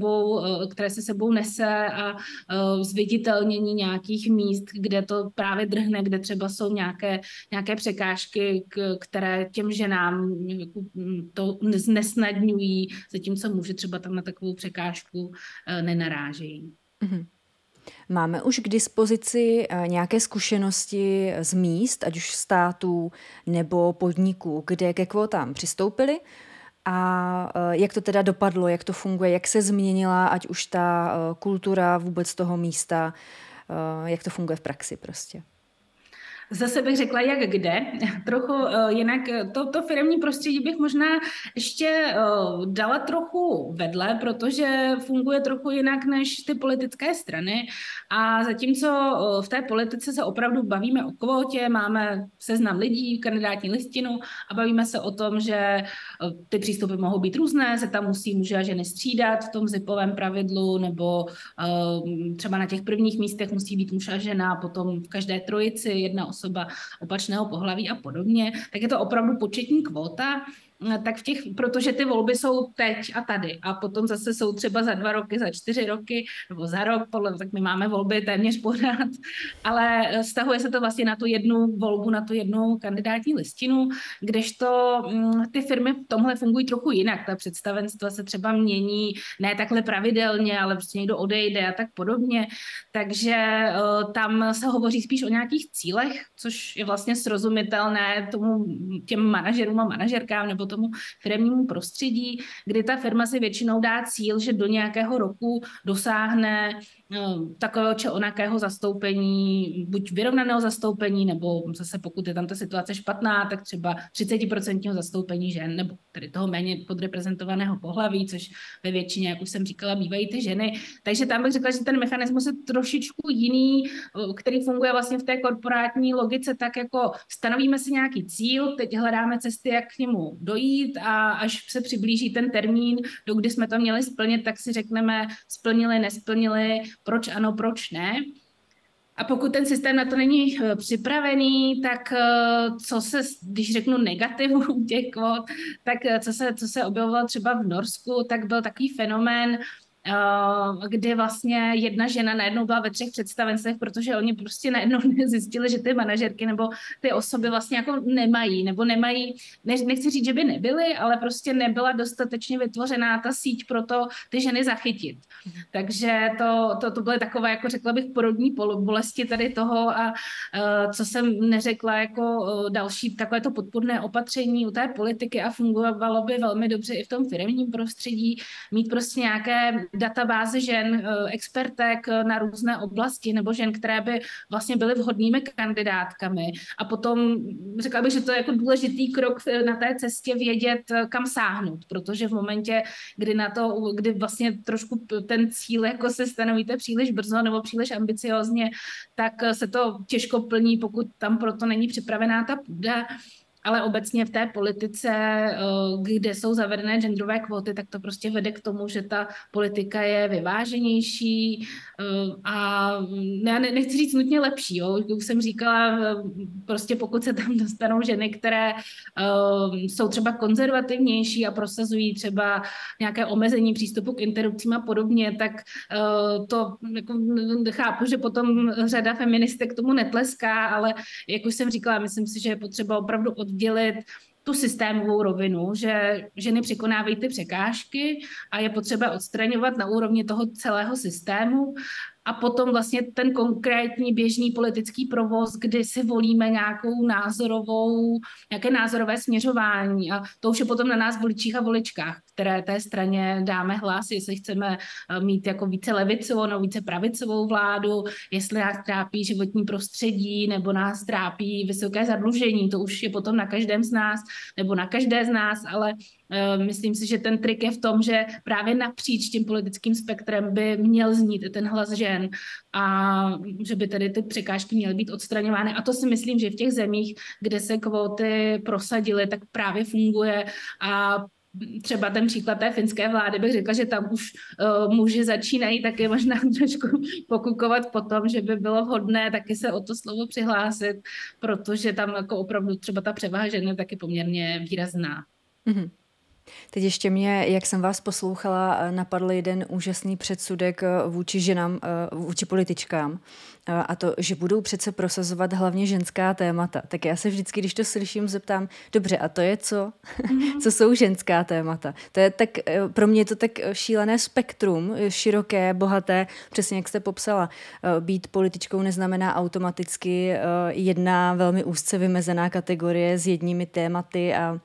si sebou nese a zviditelnění nějakých míst, kde to právě drhne, kde třeba jsou nějaké překážky, které těm ženám jako to znesnadňují, zatímco muži třeba tam na takovou překážku nenarážejí. Mm-hmm. Máme už k dispozici nějaké zkušenosti z míst, ať už států nebo podniků, kde ke kvótám přistoupili a jak to teda dopadlo, jak to funguje, jak se změnila, ať už ta kultura vůbec toho místa, jak to funguje v praxi prostě. Zase bych řekla, jak kde. Trochu jinak to firemní prostředí bych možná ještě dala trochu vedle, protože funguje trochu jinak než ty politické strany. A zatímco v té politice se opravdu bavíme o kvótě, máme seznam lidí, kandidátní listinu a bavíme se o tom, že ty přístupy mohou být různé, se tam musí muži a ženy střídat v tom zipovém pravidlu, nebo třeba na těch prvních místech musí být muž a žena, potom v každé trojici jedna osoba opačného pohlaví a podobně, tak je to opravdu početní kvóta, tak protože ty volby jsou teď a tady a potom zase jsou třeba za 2 roky, za 4 roky nebo za rok, tak my máme volby téměř pořád, ale vztahuje se to vlastně na tu jednu volbu, na tu jednu kandidátní listinu, kdežto ty firmy v tomhle fungují trochu jinak, ta představenstva se třeba mění ne takhle pravidelně, ale prostě někdo odejde a tak podobně, takže tam se hovoří spíš o nějakých cílech, což je vlastně srozumitelné těm manažerům a manažerkám nebo tomu firemnímu prostředí, kdy ta firma si většinou dá cíl, že do nějakého roku dosáhne takového či onakého zastoupení, buď vyrovnaného zastoupení, nebo zase pokud je tam ta situace špatná, tak třeba 30% zastoupení žen, nebo tedy toho méně podreprezentovaného pohlaví, což ve většině, jak už jsem říkala, bývají ty ženy. Takže tam bych řekla, že ten mechanismus je trošičku jiný, který funguje vlastně v té korporátní logice, tak jako stanovíme si nějaký cíl, teď hledáme cesty, jak k němu dojít a až se přiblíží ten termín, do kdy jsme to měli splnit, tak si řekneme splnili, nesplnili, proč ano, proč ne. A pokud ten systém na to není připravený, tak když řeknu negativu těch kvót, tak co se objevovalo třeba v Norsku, tak byl takový fenomén, kdy vlastně jedna žena najednou byla ve 3 představenstvech, protože oni prostě najednou zjistili, že ty manažerky nebo ty osoby vlastně jako nemají, nechci říct, že by nebyly, ale prostě nebyla dostatečně vytvořená ta síť pro to ty ženy zachytit. Takže to byly takové, jako řekla bych, porodní bolesti tady toho a co jsem neřekla jako další takovéto podpůrné opatření u té politiky a fungovalo by velmi dobře i v tom firemním prostředí, mít prostě nějaké databáze žen, expertek na různé oblasti nebo žen, které by vlastně byly vhodnými kandidátkami. A potom řekla bych, že to je jako důležitý krok na té cestě vědět, kam sáhnout, protože v momentě, kdy vlastně trošku ten cíl jako se stanovíte příliš brzo nebo příliš ambiciozně, tak se to těžko plní, pokud tam proto není připravená ta půda. Ale obecně v té politice, kde jsou zavedené genderové kvóty, tak to prostě vede k tomu, že ta politika je vyváženější a nechci říct nutně lepší. Jo. Už jsem říkala, prostě pokud se tam dostanou ženy, které jsou třeba konzervativnější a prosazují třeba nějaké omezení přístupu k interrupcím a podobně, tak to jako chápu, že potom řada feministek tomu netleská, ale jak už jsem říkala, myslím si, že je potřeba opravdu oddělit tu systémovou rovinu, že ženy překonávají ty překážky a je potřeba odstraňovat na úrovni toho celého systému a potom vlastně ten konkrétní běžný politický provoz, kdy si volíme nějaké názorové směřování a to už je potom na nás voličích a voličkách, které té straně dáme hlas, jestli chceme mít jako více levicovou nebo více pravicovou vládu, jestli nás trápí životní prostředí nebo nás trápí vysoké zadlužení, to už je potom na každém z nás nebo na každé z nás, ale myslím si, že ten trik je v tom, že právě napříč tím politickým spektrem by měl znít ten hlas žen a že by tedy ty překážky měly být odstraňovány. A to si myslím, že v těch zemích, kde se kvóty prosadily, tak právě funguje a třeba ten příklad té finské vlády bych řekla, že tam už muži začínají taky možná trošku pokukovat po tom, že by bylo vhodné taky se o to slovo přihlásit, protože tam jako opravdu třeba ta převaha žen je taky poměrně výrazná. Mm-hmm. Teď ještě mě, jak jsem vás poslouchala, napadl jeden úžasný předsudek vůči ženám, vůči političkám a to, že budou přece prosazovat hlavně ženská témata. Tak já se vždycky, když to slyším, zeptám, dobře, a to je co? Co jsou ženská témata? To je tak, pro mě je to tak šílené spektrum, široké, bohaté, přesně jak jste popsala. Být političkou neznamená automaticky jedna velmi úzce vymezená kategorie s jedními tématy a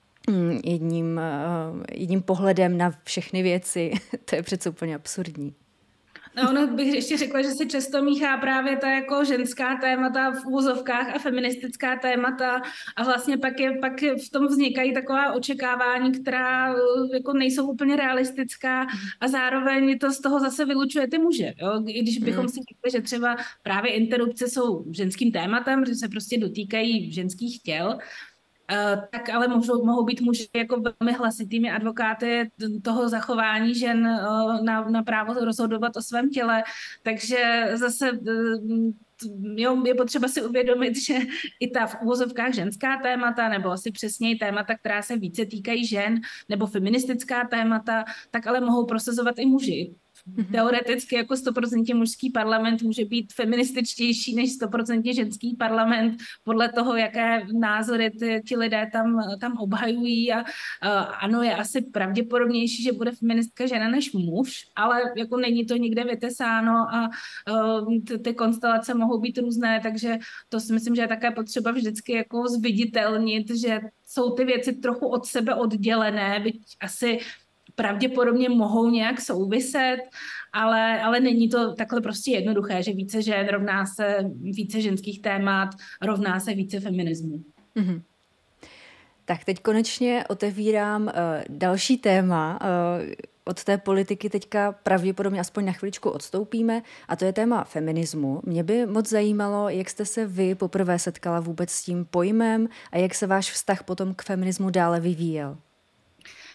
jedním pohledem na všechny věci. To je přece úplně absurdní. No, ono bych ještě řekla, že se často míchá právě ta jako ženská témata v úvozovkách a feministická témata a vlastně pak v tom vznikají taková očekávání, která jako nejsou úplně realistická a zároveň to z toho zase vylučuje ty muže. Jo? I když bychom si řekli, že třeba právě interrupce jsou ženským tématem, že se prostě dotýkají ženských těl, tak ale mohou být muži jako velmi hlasitými advokáty toho zachování žen na právo rozhodovat o svém těle. Takže zase je potřeba si uvědomit, že i ta v uvozovkách ženská témata, nebo asi přesněji témata, která se více týkají žen, nebo feministická témata, tak ale mohou prosazovat i muži. Teoreticky jako 100% mužský parlament může být feminističtější než 100% ženský parlament podle toho, jaké názory ti lidé tam obhajují a ano, je asi pravděpodobnější, že bude feministka žena než muž, ale jako není to nikde vytesáno a ty konstelace mohou být různé, takže to si myslím, že je také potřeba vždycky jako zviditelnit, že jsou ty věci trochu od sebe oddělené, byť asi pravděpodobně mohou nějak souviset, ale není to takhle prostě jednoduché, že více žen rovná se více ženských témat, rovná se více feminismu. Mm-hmm. Tak teď konečně otevírám další téma. Od té politiky teďka pravděpodobně aspoň na chviličku odstoupíme a to je téma feminismu. Mě by moc zajímalo, jak jste se vy poprvé setkala vůbec s tím pojmem a jak se váš vztah potom k feminismu dále vyvíjel.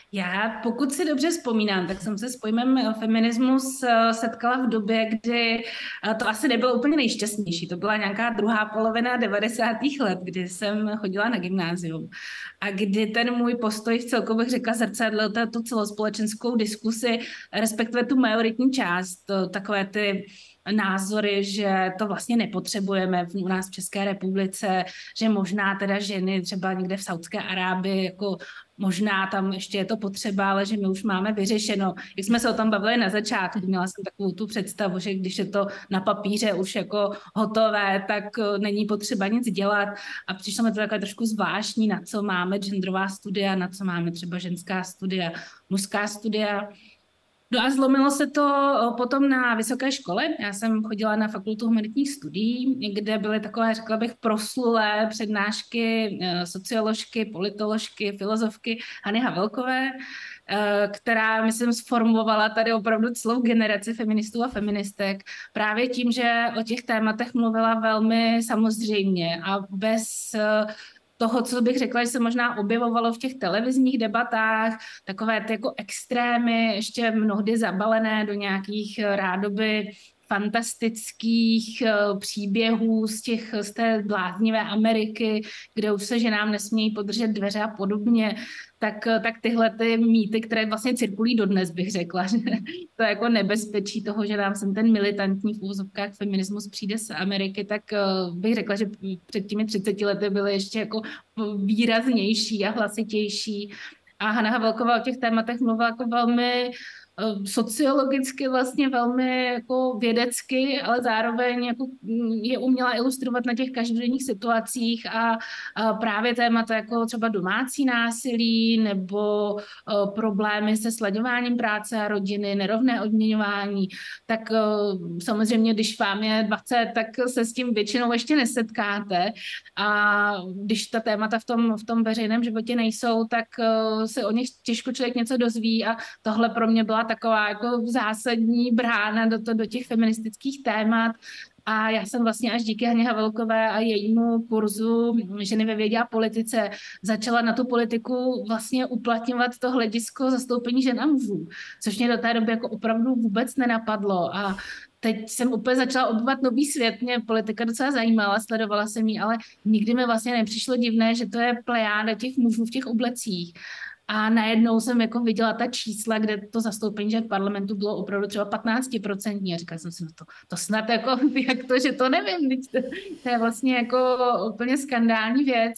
Já, pokud si dobře vzpomínám, tak jsem se s pojmem feminismus setkala v době, kdy to asi nebylo úplně nejšťastnější. To byla nějaká druhá polovina 90. let, kdy jsem chodila na gymnázium a kdy ten můj postoj v celku bych řekla zrcadlil tu celospolečenskou diskusi, respektive tu majoritní část, takové ty názory, že to vlastně nepotřebujeme u nás v České republice, že možná teda ženy třeba někde v Saudské Arábii jako možná tam ještě je to potřeba, ale že my už máme vyřešeno. Jak jsme se o tom bavili na začátku, měla jsem takovou tu představu, že když je to na papíře už jako hotové, tak není potřeba nic dělat. A přišlo mi to takové trošku zvláštní, na co máme genderová studia, na co máme třeba ženská studia, mužská studia. No a zlomilo se to potom na vysoké škole. Já jsem chodila na fakultu humanitních studií, kde byly takové, řekla bych, proslulé přednášky socioložky, politoložky, filozofky Hany Havelkové, která, myslím, sformovala tady opravdu celou generaci feministů a feministek právě tím, že o těch tématech mluvila velmi samozřejmě a bez toho, co bych řekla, že se možná objevovalo v těch televizních debatách, takové ty jako extrémy, ještě mnohdy zabalené do nějakých rádoby fantastických příběhů z té bláznivé Ameriky, kde už se ženám nesmějí podržet dveře a podobně, tak tyhle ty mýty, které vlastně cirkulují dodnes, bych řekla, že to je jako nebezpečí toho, že nám sem ten militantní v úvozovkách feminismus přijde z Ameriky, tak bych řekla, že před těmi 30 lety byly ještě jako výraznější a hlasitější. A Hana Havelková o těch tématech mluvila jako velmi sociologicky vlastně velmi jako vědecky, ale zároveň jako je uměla ilustrovat na těch každodenních situacích a právě témata jako třeba domácí násilí nebo problémy se slaďováním práce a rodiny, nerovné odměňování, tak samozřejmě, když vám je 20, tak se s tím většinou ještě nesetkáte a když ta témata v tom veřejném životě nejsou, tak se o nich těžko člověk něco dozví a tohle pro mě byla taková jako zásadní brána do těch feministických témat. A já jsem vlastně až díky Haně Havelkové a jejímu kurzu Ženy ve vědě a politice začala na tu politiku vlastně uplatňovat to hledisko zastoupení žen a mužů, což mě do té doby jako opravdu vůbec nenapadlo. A teď jsem úplně začala objevovat nový svět, mě politika docela zajímala, sledovala jsem ji, ale nikdy mi vlastně nepřišlo divné, že to je plejáda těch mužů v těch oblecích. A najednou jsem jako viděla ta čísla, kde to zastoupení že v parlamentu bylo opravdu třeba 15%. A říkala jsem si, no to snad jako, jak to, že to nevím, to je vlastně jako úplně skandální věc.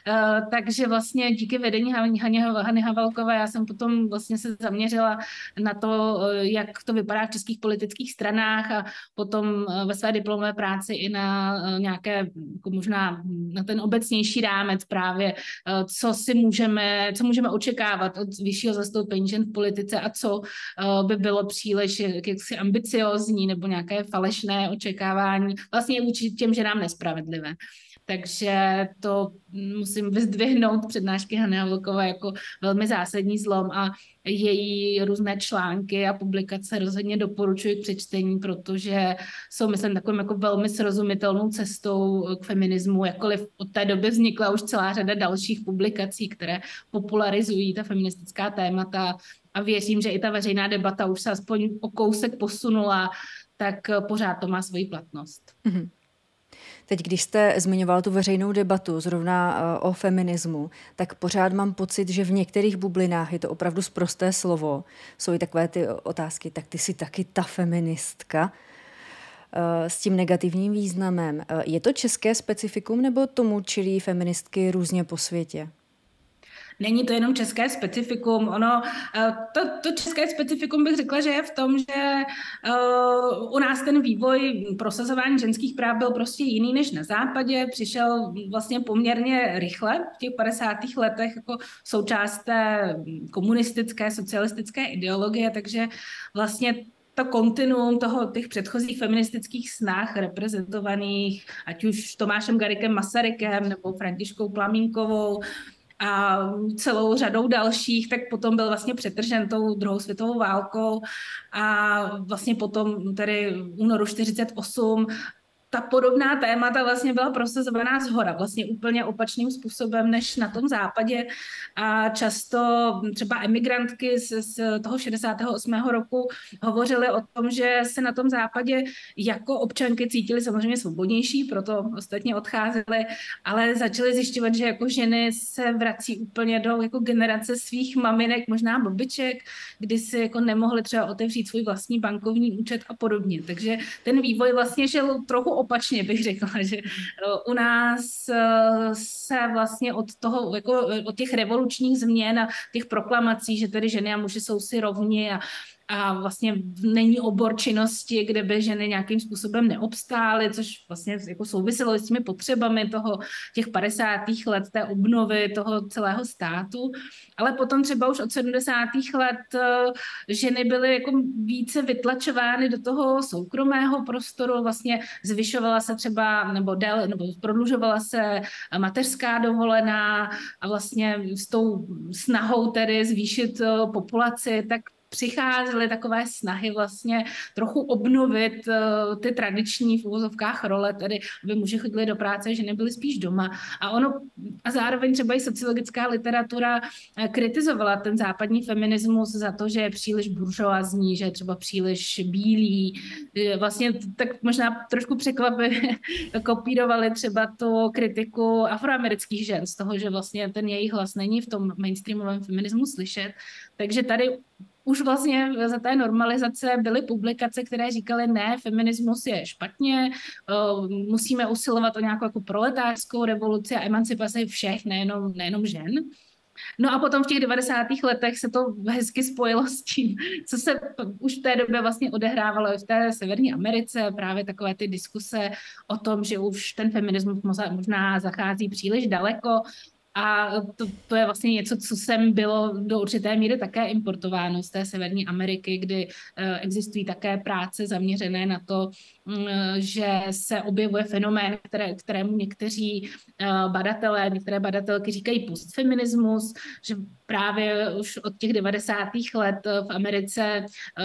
Takže vlastně díky vedení Hany Havelkové já jsem potom vlastně se zaměřila na to, jak to vypadá v českých politických stranách a potom ve své diplomové práci i na nějaké, jako možná na ten obecnější rámec právě, co můžeme očekávat od vyššího zastoupení žen v politice a co by bylo příliš jaksi ambiciozní nebo nějaké falešné očekávání. Vlastně vůči těm ženám nespravedlivé. Takže to musím vyzdvihnout přednášky Hany Havelkové jako velmi zásadní zlom a její různé články a publikace rozhodně doporučuji k přečtení, protože jsou, myslím, takovým jako velmi srozumitelnou cestou k feminismu, jakkoliv od té doby vznikla už celá řada dalších publikací, které popularizují ta feministická témata a věřím, že i ta veřejná debata už se aspoň o kousek posunula, tak pořád to má svoji platnost. Mm-hmm. Teď, když jste zmiňoval tu veřejnou debatu zrovna o feminismu, tak pořád mám pocit, že v některých bublinách je to opravdu sprosté slovo. Jsou i takové ty otázky, tak ty jsi taky ta feministka s tím negativním významem. Je to české specifikum nebo tomu čelí feministky různě po světě? Není to jenom české specifikum. To české specifikum bych řekla, že je v tom, že u nás ten vývoj prosazování ženských práv byl prostě jiný než na západě. Přišel vlastně poměrně rychle v těch 50. letech jako součást té komunistické, socialistické ideologie, takže vlastně to kontinuum těch předchozích feministických snah reprezentovaných, ať už Tomášem Garriguem Masarykem nebo Františkou Plamínkovou, a celou řadou dalších, tak potom byl vlastně přetržen tou druhou světovou válkou a vlastně potom tedy v únoru 1948 ta podobná témata vlastně byla prosazovaná zhora, vlastně úplně opačným způsobem než na tom západě a často třeba emigrantky z toho 68. roku hovořily o tom, že se na tom západě jako občanky cítily samozřejmě svobodnější, proto ostatně odcházely, ale začaly zjišťovat, že jako ženy se vrací úplně do jako generace svých maminek, možná babiček, kdy si jako nemohly třeba otevřít svůj vlastní bankovní účet a podobně. Takže ten vývoj vlastně šel trochu opačně, bych řekla, že u nás se vlastně od toho, jako od těch revolučních změn a těch proklamací, že tedy ženy a muži jsou si rovni a vlastně není obor činnosti, kde by ženy nějakým způsobem neobstály, což vlastně jako souviselo s těmi potřebami těch 50. let, té obnovy toho celého státu. Ale potom třeba už od 70. let ženy byly jako více vytlačovány do toho soukromého prostoru, vlastně zvyšovala se třeba, nebo prodlužovala se mateřská dovolená a vlastně s tou snahou tedy zvýšit populaci, tak přicházely takové snahy vlastně trochu obnovit ty tradiční v uvozovkách role, tedy aby muži chodili do práce, ženy byly spíš doma. A zároveň třeba i sociologická literatura kritizovala ten západní feminismus za to, že je příliš buržoazní, že je třeba příliš bílý. Vlastně tak možná trošku překvapivě kopírovali třeba tu kritiku afroamerických žen z toho, že vlastně ten jejich hlas není v tom mainstreamovém feminismu slyšet. Takže tady už vlastně za té normalizace byly publikace, které říkaly, ne, feminismus je špatně, musíme usilovat o nějakou jako proletářskou revoluci a emancipaci všech, nejenom žen. No a potom v těch 90. letech se to hezky spojilo s tím, co se už v té době vlastně odehrávalo i v té Severní Americe, právě takové ty diskuse o tom, že už ten feminismus možná zachází příliš daleko. A to je vlastně něco, co sem bylo do určité míry také importováno z té Severní Ameriky, kdy existují také práce zaměřené na to, že se objevuje fenomén, kterému někteří badatelé, některé badatelky říkají postfeminismus, že právě už od těch 90. let v Americe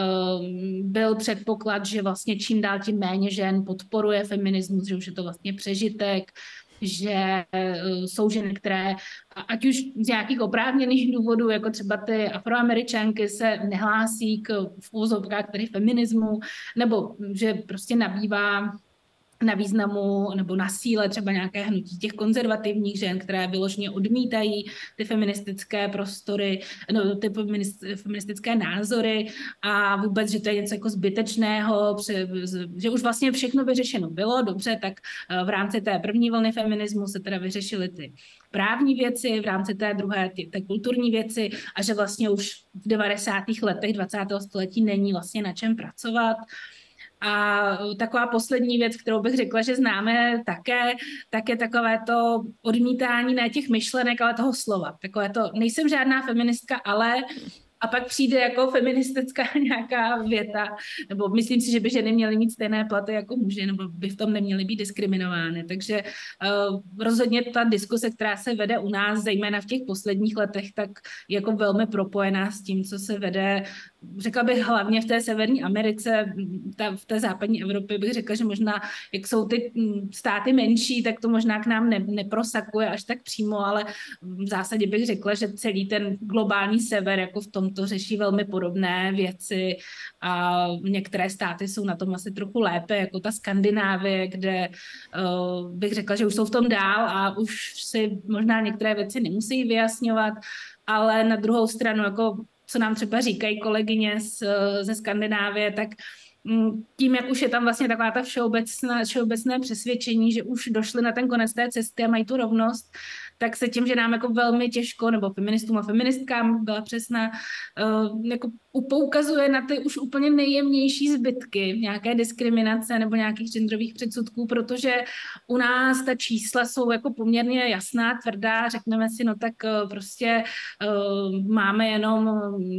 byl předpoklad, že vlastně čím dál tím méně žen podporuje feminismus, že už je to vlastně přežitek, že jsou ženy, které ať už z nějakých oprávněných důvodů, jako třeba ty Afroameričanky, se nehlásí v úvozovkách tedy feminismu, nebo že prostě nabývá na významu nebo na síle třeba nějaké hnutí těch konzervativních žen, které vyloženě odmítají ty feministické prostory, no, ty feministické názory a vůbec, že to je něco jako zbytečného, že už vlastně všechno vyřešeno bylo, dobře, tak v rámci té první vlny feminismu se teda vyřešily ty právní věci, v rámci té druhé ty kulturní věci a že vlastně už v 90. letech 20. století není vlastně na čem pracovat. A taková poslední věc, kterou bych řekla, že známe také, tak je takové to odmítání ne těch myšlenek, ale toho slova. Takové to, nejsem žádná feministka, ale a pak přijde jako feministická nějaká věta, nebo myslím si, že by ženy měly mít stejné platy jako muži, nebo by v tom neměly být diskriminovány. Takže rozhodně ta diskuse, která se vede u nás, zejména v těch posledních letech, tak je jako velmi propojená s tím, co se vede, řekla bych hlavně v té Severní Americe, v té západní Evropě bych řekla, že možná, jak jsou ty státy menší, tak to možná k nám neprosakuje až tak přímo, ale v zásadě bych řekla, že celý ten globální sever jako v tomto řeší velmi podobné věci a některé státy jsou na tom asi trochu lépe, jako ta Skandinávie, kde bych řekla, že už jsou v tom dál a už si možná některé věci nemusí vyjasňovat, ale na druhou stranu, jako co nám třeba říkají kolegyně ze Skandinávie, tak tím, jak už je tam vlastně taková ta všeobecné přesvědčení, že už došli na ten konec té cesty a mají tu rovnost, tak se tím, že nám jako velmi těžko, nebo feministům a feministkám byla přesná, jako poukazuje na ty už úplně nejjemnější zbytky nějaké diskriminace nebo nějakých genderových předsudků, protože u nás ta čísla jsou jako poměrně jasná, tvrdá, řekneme si, no tak prostě máme jenom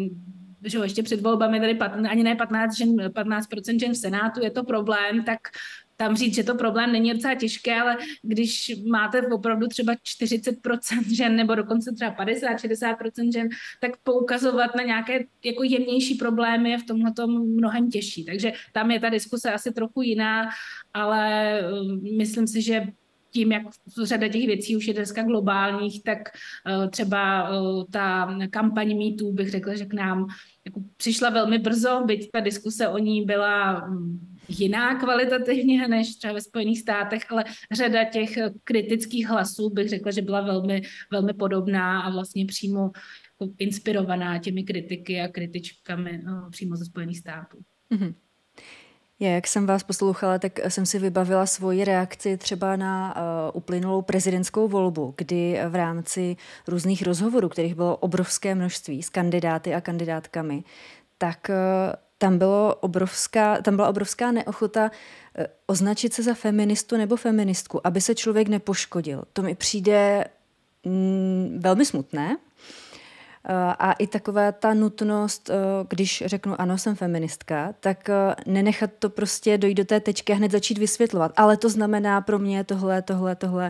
že ještě před volbami tady ani ne 15% žen v Senátu, je to problém, tak tam říct, že to problém není docela těžké, ale když máte opravdu třeba 40% žen nebo dokonce třeba 50-60% žen, tak poukazovat na nějaké jako jemnější problémy je v tomhletom mnohem těžší. Takže tam je ta diskuse asi trochu jiná, ale myslím si, že tím, jak řada těch věcí už je dneska globálních, tak třeba ta kampaň MeToo, bych řekla, že k nám jako přišla velmi brzo, byť ta diskuse o ní byla jiná kvalitativně než třeba ve Spojených státech, ale řada těch kritických hlasů bych řekla, že byla velmi, velmi podobná a vlastně přímo inspirovaná těmi kritiky a kritičkami přímo ze Spojených států. Mm-hmm. Jak jsem vás poslouchala, tak jsem si vybavila svoji reakci třeba na uplynulou prezidentskou volbu, kdy v rámci různých rozhovorů, kterých bylo obrovské množství s kandidáty a kandidátkami, tak tam byla obrovská neochota označit se za feministu nebo feministku, aby se člověk nepoškodil. To mi přijde velmi smutné. A i taková ta nutnost, když řeknu ano, jsem feministka, tak nenechat to prostě dojít do té tečky a hned začít vysvětlovat. Ale to znamená pro mě tohle.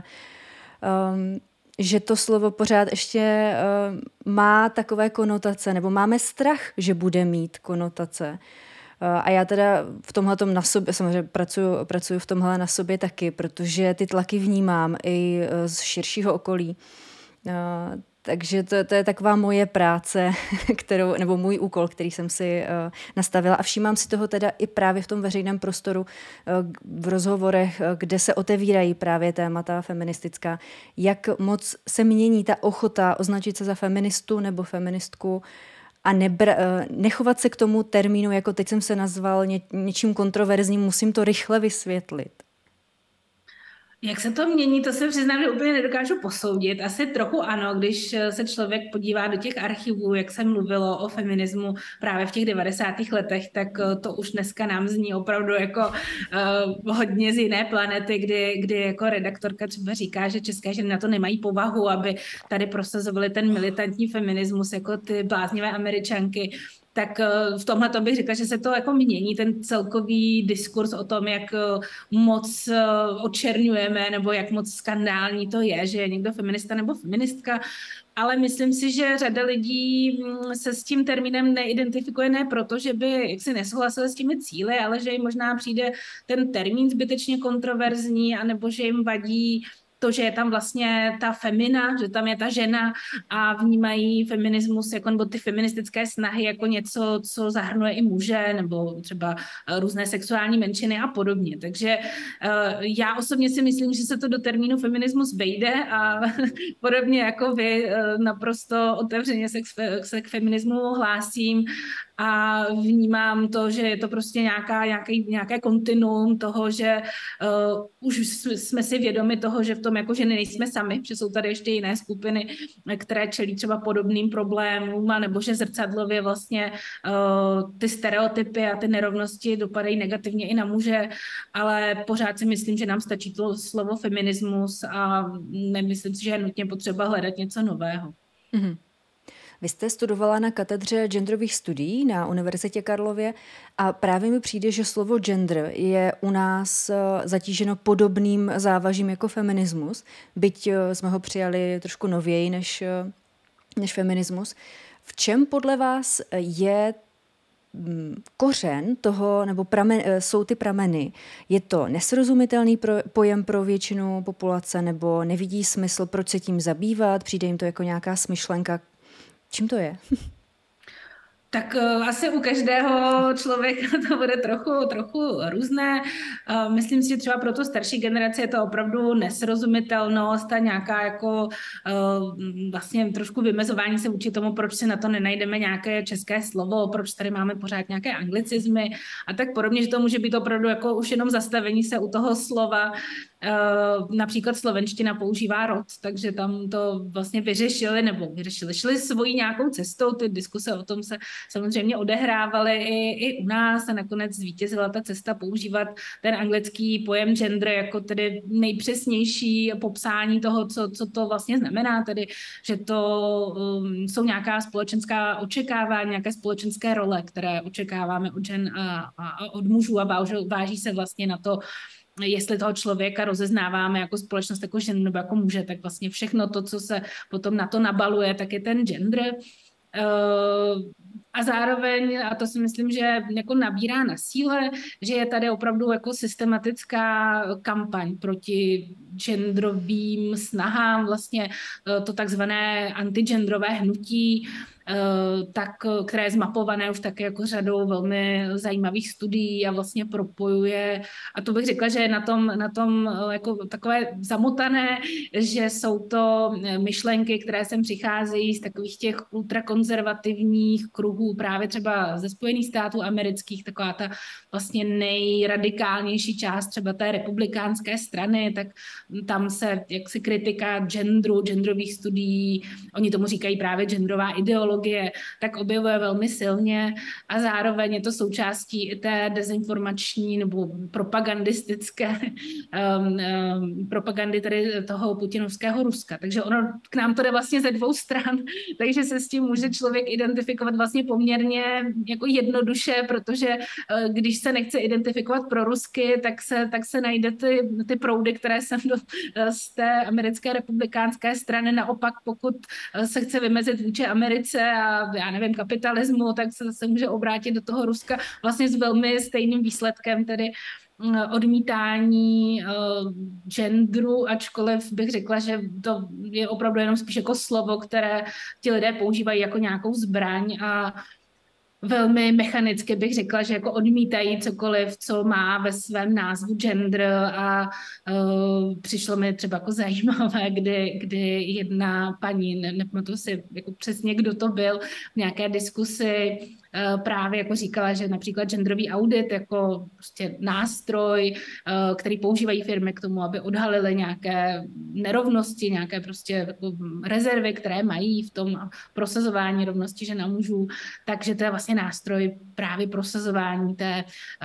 Že to slovo pořád ještě má takové konotace, nebo máme strach, že bude mít konotace. A já teda v tomhletom na sobě, samozřejmě pracuju v tomhle na sobě taky, protože ty tlaky vnímám i z širšího okolí. Takže to je taková moje práce, nebo můj úkol, který jsem si nastavila a všímám si toho teda i právě v tom veřejném prostoru, v rozhovorech, kde se otevírají právě témata feministická, jak moc se mění ta ochota označit se za feministu nebo feministku a nechovat se k tomu termínu, jako teď jsem se nazval něčím kontroverzním, musím to rychle vysvětlit. Jak se to mění, to se přiznám, že úplně nedokážu posoudit. Asi trochu ano, když se člověk podívá do těch archivů, jak se mluvilo o feminismu právě v těch 90. letech, tak to už dneska nám zní opravdu jako hodně z jiné planety, kdy jako redaktorka třeba říká, že české ženy na to nemají povahu, aby tady prosazovali ten militantní feminismus jako ty bláznivé Američanky. Tak v tomhle bych řekla, že se to jako mění, ten celkový diskurs o tom, jak moc očerňujeme nebo jak moc skandální to je, že je někdo feminista nebo feministka, ale myslím si, že řada lidí se s tím termínem neidentifikuje ne proto, že by jaksi nesouhlasili s těmi cíli, ale že jim možná přijde ten termín zbytečně kontroverzní, anebo že jim vadí to, že je tam vlastně ta femina, že tam je ta žena a vnímají feminismus jako, nebo ty feministické snahy jako něco, co zahrnuje i muže nebo třeba různé sexuální menšiny a podobně. Takže já osobně si myslím, že se to do termínu feminismus vejde a podobně jako vy naprosto otevřeně se k feminismu hlásím a vnímám to, že je to prostě nějaké kontinuum toho, že už jsme si vědomi toho, že v tom jako ženy nejsme sami, že jsou tady ještě jiné skupiny, které čelí třeba podobným problémům, nebo že zrcadlově vlastně ty stereotypy a ty nerovnosti dopadají negativně i na muže, ale pořád si myslím, že nám stačí to slovo feminismus a nemyslím si, že je nutně potřeba hledat něco nového. Mm-hmm. Vy jste studovala na katedře genderových studií na Univerzitě Karlově a právě mi přijde, že slovo gender je u nás zatíženo podobným závažím jako feminismus, byť jsme ho přijali trošku nověji než feminismus. V čem podle vás je kořen toho, nebo jsou ty prameny? Je to nesrozumitelný pojem pro většinu populace, nebo nevidí smysl, proč se tím zabývat? Přijde jim to jako nějaká smyšlenka? Čím to je? Tak asi u každého člověka to bude trochu různé. Myslím si, že třeba pro tu starší generaci je to opravdu nesrozumitelnost a nějaká jako vlastně trošku vymezování se vůči tomu, proč si na to nenajdeme nějaké české slovo, proč tady máme pořád nějaké anglicizmy a tak podobně, že to může být opravdu jako už jenom zastavení se u toho slova. Například slovenština používá rod, takže tam to vlastně vyřešili, šli svojí nějakou cestou, ty diskuse o tom se samozřejmě odehrávaly i u nás a nakonec zvítězila ta cesta používat ten anglický pojem gender jako tedy nejpřesnější popsání toho, co to vlastně znamená, tedy, že to jsou nějaká společenská očekávání, nějaké společenské role, které očekáváme od žen a od mužů a váží se vlastně na to, jestli toho člověka rozeznáváme jako společnost, jako ženu nebo jako muže, tak vlastně všechno to, co se potom na to nabaluje, tak je ten gender. A zároveň, a to si myslím, že jako nabírá na síle, že je tady opravdu jako systematická kampaň proti genderovým snahám, vlastně to takzvané antigenderové hnutí, které je zmapované už také jako řadou velmi zajímavých studií a vlastně propojuje, a to bych řekla, že je na tom jako takové zamotané, že jsou to myšlenky, které sem přicházejí z takových těch ultrakonzervativních kruhů, právě třeba ze Spojených států amerických, taková ta vlastně nejradikálnější část třeba té republikánské strany, tak tam se jaksi kritika genderových studií, oni tomu říkají právě genderová ideologie, tak objevuje velmi silně a zároveň je to součástí té dezinformační nebo propagandistické propagandy tady toho putinovského Ruska. Takže ono k nám to jde vlastně ze dvou stran, takže se s tím může člověk identifikovat vlastně poměrně jako jednoduše, protože když se nechce identifikovat pro rusky, tak se najde ty proudy, které jsem z té americké republikánské strany. Naopak, pokud se chce vymezit vůči Americe a já nevím, kapitalismu, tak se zase může obrátit do toho Ruska vlastně s velmi stejným výsledkem, tedy odmítání genderu, ačkoliv bych řekla, že to je opravdu jenom spíš jako slovo, které ti lidé používají jako nějakou zbraň a velmi mechanicky bych řekla, že jako odmítají cokoliv, co má ve svém názvu gender a přišlo mi třeba jako zajímavé, kdy jedna paní, nepamatuji si jako přesně, kdo to byl, v nějaké diskusi právě jako říkala, že například genderový audit jako prostě nástroj, který používají firmy k tomu, aby odhalily nějaké nerovnosti, nějaké prostě jako rezervy, které mají v tom prosazování rovnosti žen a mužů, takže to je vlastně nástroj právě prosazování té,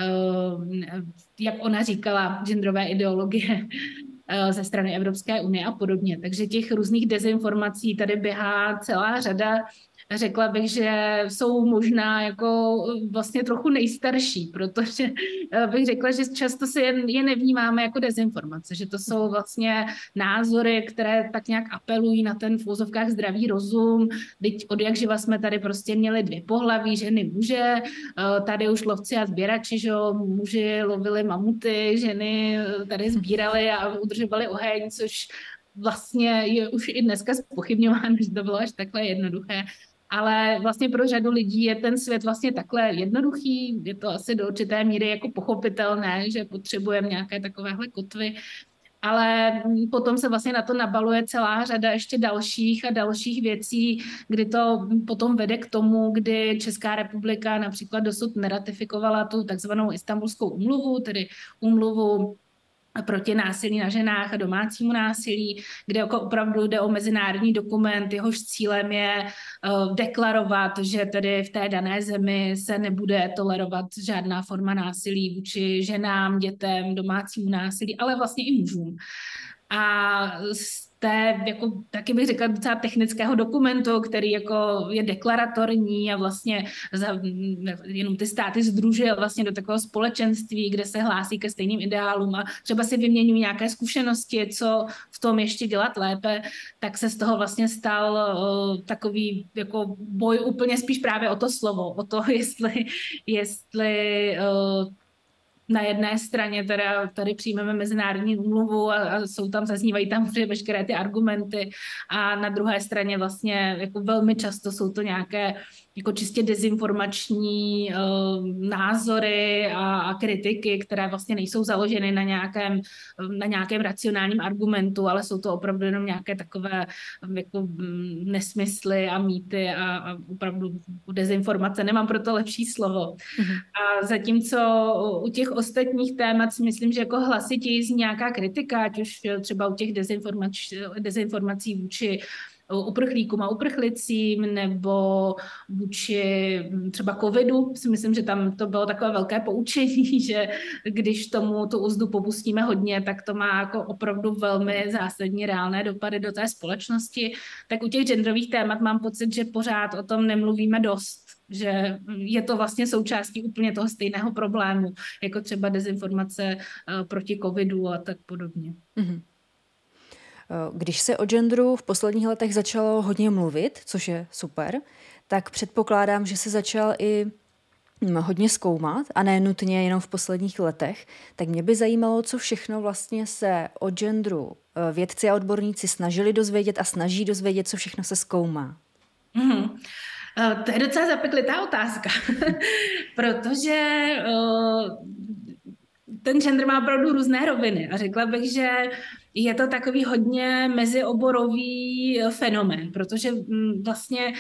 jak ona říkala, genderové ideologie ze strany Evropské unie a podobně. Takže těch různých dezinformací tady běhá celá řada. Řekla bych, že jsou možná jako vlastně trochu nejstarší, protože bych řekla, že často si je nevnímáme jako dezinformace, že to jsou vlastně názory, které tak nějak apelují na ten v úzovkách zdravý rozum. Teď od jak živa jsme tady prostě měli dvě pohlaví, ženy, muže, tady už lovci a sběrači, že muži lovili mamuty, ženy tady sbírali a udržovali oheň, což vlastně je už i dneska zpochybňováno, že to bylo až takhle jednoduché. Ale vlastně pro řadu lidí je ten svět vlastně takhle jednoduchý, je to asi do určité míry jako pochopitelné, že potřebujeme nějaké takovéhle kotvy, ale potom se vlastně na to nabaluje celá řada ještě dalších a dalších věcí, kdy to potom vede k tomu, kdy Česká republika například dosud neratifikovala tu takzvanou Istanbulskou úmluvu, tedy úmluvu proti násilí na ženách a domácímu násilí, kde jako opravdu jde o mezinárodní dokument, jehož cílem je deklarovat, že tedy v té dané zemi se nebude tolerovat žádná forma násilí vůči ženám, dětem, domácímu násilí, ale vlastně i mužům. A z té, jako, taky bych řekla, docela technického dokumentu, který jako je deklaratorní a vlastně jenom ty státy sdružuje vlastně do takového společenství, kde se hlásí ke stejným ideálům a třeba si vyměňují nějaké zkušenosti, co v tom ještě dělat lépe, tak se z toho vlastně stal takový jako boj úplně spíš právě o to slovo, o to, jestli na jedné straně teda tady přijmeme mezinárodní úmluvu a zaznívají tam veškeré ty argumenty a na druhé straně vlastně jako velmi často jsou to nějaké jako čistě dezinformační názory a kritiky, které vlastně nejsou založeny na nějakém racionálním argumentu, ale jsou to opravdu jenom nějaké takové jako nesmysly a mýty a opravdu dezinformace. Nemám proto lepší slovo. Mm-hmm. A zatímco u těch ostatních témat si myslím, že jako hlasitěji zní nějaká kritika, ať už třeba u těch dezinformací vůči uprchlíkům a uprchlicím nebo vůči třeba covidu. Si myslím, že tam to bylo takové velké poučení, že když tomu tu úzdu popustíme hodně, tak to má jako opravdu velmi zásadní reálné dopady do té společnosti. Tak u těch genderových témat mám pocit, že pořád o tom nemluvíme dost, že je to vlastně součástí úplně toho stejného problému, jako třeba dezinformace proti covidu a tak podobně. Mm-hmm. Když se o genderu v posledních letech začalo hodně mluvit, což je super, tak předpokládám, že se začal i hodně zkoumat a ne nutně jenom v posledních letech. Tak mě by zajímalo, co všechno vlastně se o genderu vědci a odborníci snažili dozvědět a snaží dozvědět, co všechno se zkoumá. Mm-hmm. To je docela zapeklitá otázka, protože ten gender má opravdu různé roviny a řekla bych, že je to takový hodně mezioborový fenomén, protože vlastně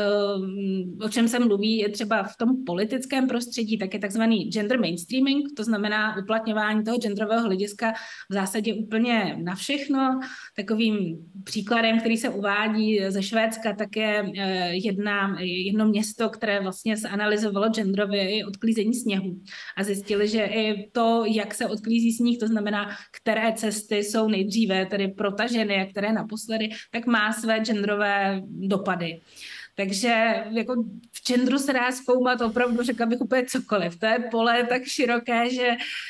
o čem se mluví je třeba v tom politickém prostředí, tak je takzvaný gender mainstreaming, to znamená uplatňování toho genderového hlediska v zásadě úplně na všechno. Takovým příkladem, který se uvádí ze Švédska, tak je jedno město, které vlastně zanalyzovalo genderově i odklízení sněhu a zjistili, že i to, jak se odklízí sníh, to znamená, které cesty jsou nejdříve tedy protaženy a které naposledy, tak má své genderové dopady. Takže jako v genderu se dá zkoumat opravdu, řekla bych, úplně cokoliv. To je pole tak široké, že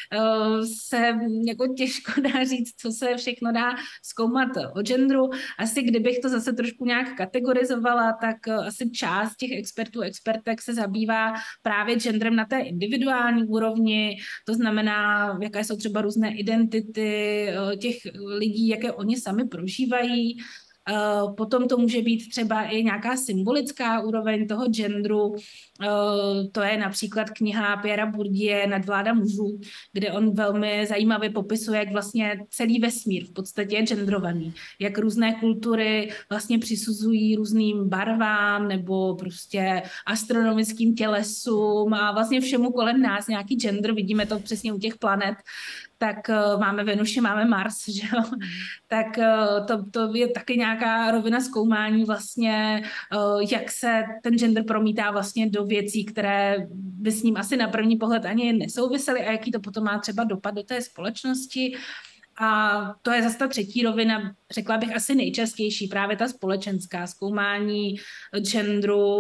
se jako těžko dá říct, co se všechno dá zkoumat o genderu. Asi kdybych to zase trošku nějak kategorizovala, tak asi část těch expertek se zabývá právě genderem na té individuální úrovni, to znamená, jaké jsou třeba různé identity těch lidí, jaké oni sami prožívají. Potom to může být třeba i nějaká symbolická úroveň toho genderu. To je například kniha Pierra Bourdieu Nadvláda mužů, kde on velmi zajímavě popisuje, jak vlastně celý vesmír v podstatě je genderovaný. Jak různé kultury vlastně přisuzují různým barvám nebo prostě astronomickým tělesům a vlastně všemu kolem nás nějaký gender. Vidíme to přesně u těch planet. Tak máme Venuši, máme Mars, že jo? Tak to je taky nějaká rovina zkoumání vlastně, jak se ten gender promítá vlastně do věcí, které by s ním asi na první pohled ani nesouvisely a jaký to potom má třeba dopad do té společnosti. A to je zase ta třetí rovina, řekla bych asi nejčastější, právě ta společenská, zkoumání genderu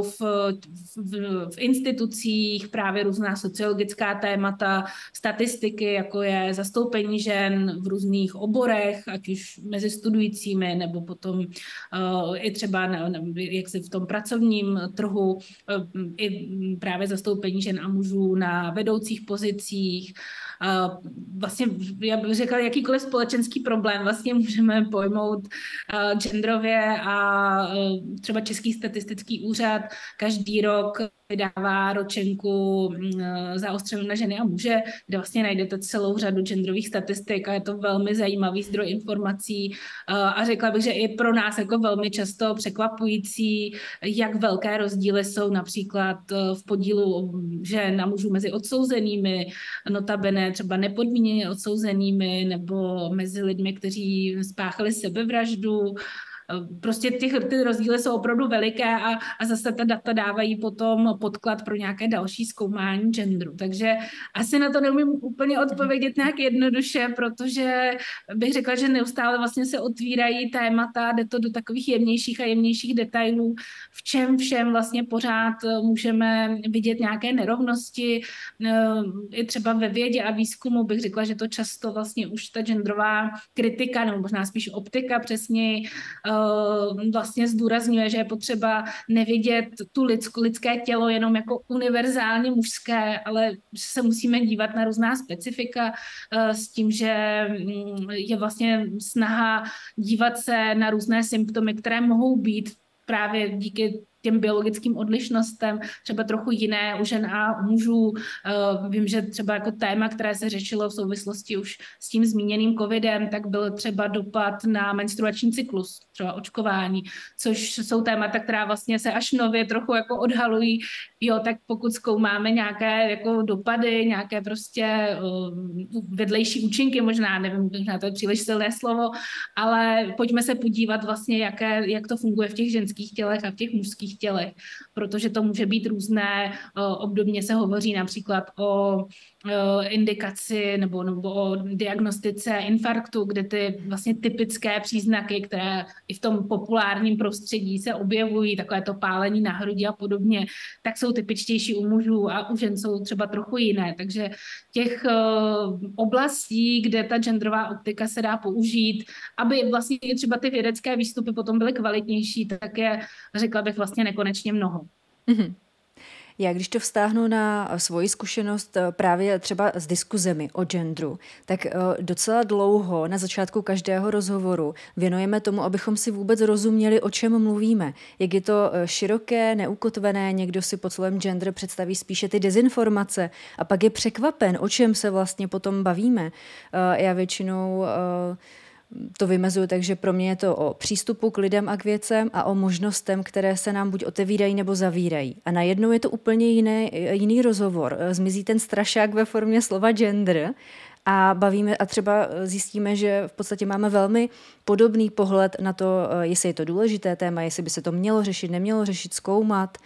v institucích, právě různá sociologická témata, statistiky, jako je zastoupení žen v různých oborech, ať už mezi studujícími, nebo potom i třeba jak se v tom pracovním trhu, i právě zastoupení žen a mužů na vedoucích pozicích. Vlastně, já bych řekla, jakýkoliv společenský problém vlastně můžeme pojmout genderově a třeba Český statistický úřad každý rok vydává ročenku zaostřenou na ženy a muže, kde vlastně najdete celou řadu genderových statistik a je to velmi zajímavý zdroj informací a řekla bych, že i pro nás jako velmi často překvapující, jak velké rozdíly jsou například v podílu žen a mužů mezi odsouzenými, notabene třeba nepodmíněně odsouzenými nebo mezi lidmi, kteří spáchali sebevraždu. Prostě ty rozdíly jsou opravdu veliké a zase ta data dávají potom podklad pro nějaké další zkoumání genderu. Takže asi na to neumím úplně odpovědět nějak jednoduše, protože bych řekla, že neustále vlastně se otvírají témata, jde to do takových jemnějších a jemnějších detailů, v čem všem vlastně pořád můžeme vidět nějaké nerovnosti. I třeba ve vědě a výzkumu bych řekla, že to často vlastně už ta genderová kritika, nebo možná spíš optika přesněji, vlastně zdůrazňuje, že je potřeba nevidět lidské tělo jenom jako univerzálně mužské, ale že se musíme dívat na různá specifika s tím, že je vlastně snaha dívat se na různé symptomy, které mohou být právě díky těm biologickým odlišnostem, třeba trochu jiné u žen a u mužů. Vím, že třeba jako téma, které se řešilo v souvislosti už s tím zmíněným covidem, tak byl třeba dopad na menstruační cyklus, třeba očkování, což jsou témata, která vlastně se až nově trochu jako odhalují. Jo, tak pokud zkoumáme nějaké jako dopady, nějaké prostě vedlejší účinky, možná, nevím, možná to je příliš silné slovo, ale pojďme se podívat vlastně, jak to funguje v těch ženských tělech a v těch mužských tělech, protože to může být různé. Obdobně se hovoří například o indikaci nebo o diagnostice infarktu, kde ty vlastně typické příznaky, které i v tom populárním prostředí se objevují, takové to pálení na hrudi a podobně, tak jsou typičtější u mužů a u žen jsou třeba trochu jiné. Takže těch oblastí, kde ta genderová optika se dá použít, aby vlastně třeba ty vědecké výstupy potom byly kvalitnější, tak je, řekla bych, vlastně nekonečně mnoho. Mm-hmm. Já když to vztáhnu na svoji zkušenost právě třeba s diskuzemi o genderu, tak docela dlouho na začátku každého rozhovoru věnujeme tomu, abychom si vůbec rozuměli, o čem mluvíme. Jak je to široké, neukotvené, někdo si pod slovem gender představí spíše ty dezinformace a pak je překvapen, o čem se vlastně potom bavíme. Já většinou to vymezuju, takže pro mě je to o přístupu k lidem a k věcem a o možnostem, které se nám buď otevírají nebo zavírají. A najednou je to úplně jiný rozhovor. Zmizí ten strašák ve formě slova gender a bavíme a třeba zjistíme, že v podstatě máme velmi podobný pohled na to, jestli je to důležité téma, jestli by se to mělo řešit, nemělo řešit, zkoumat.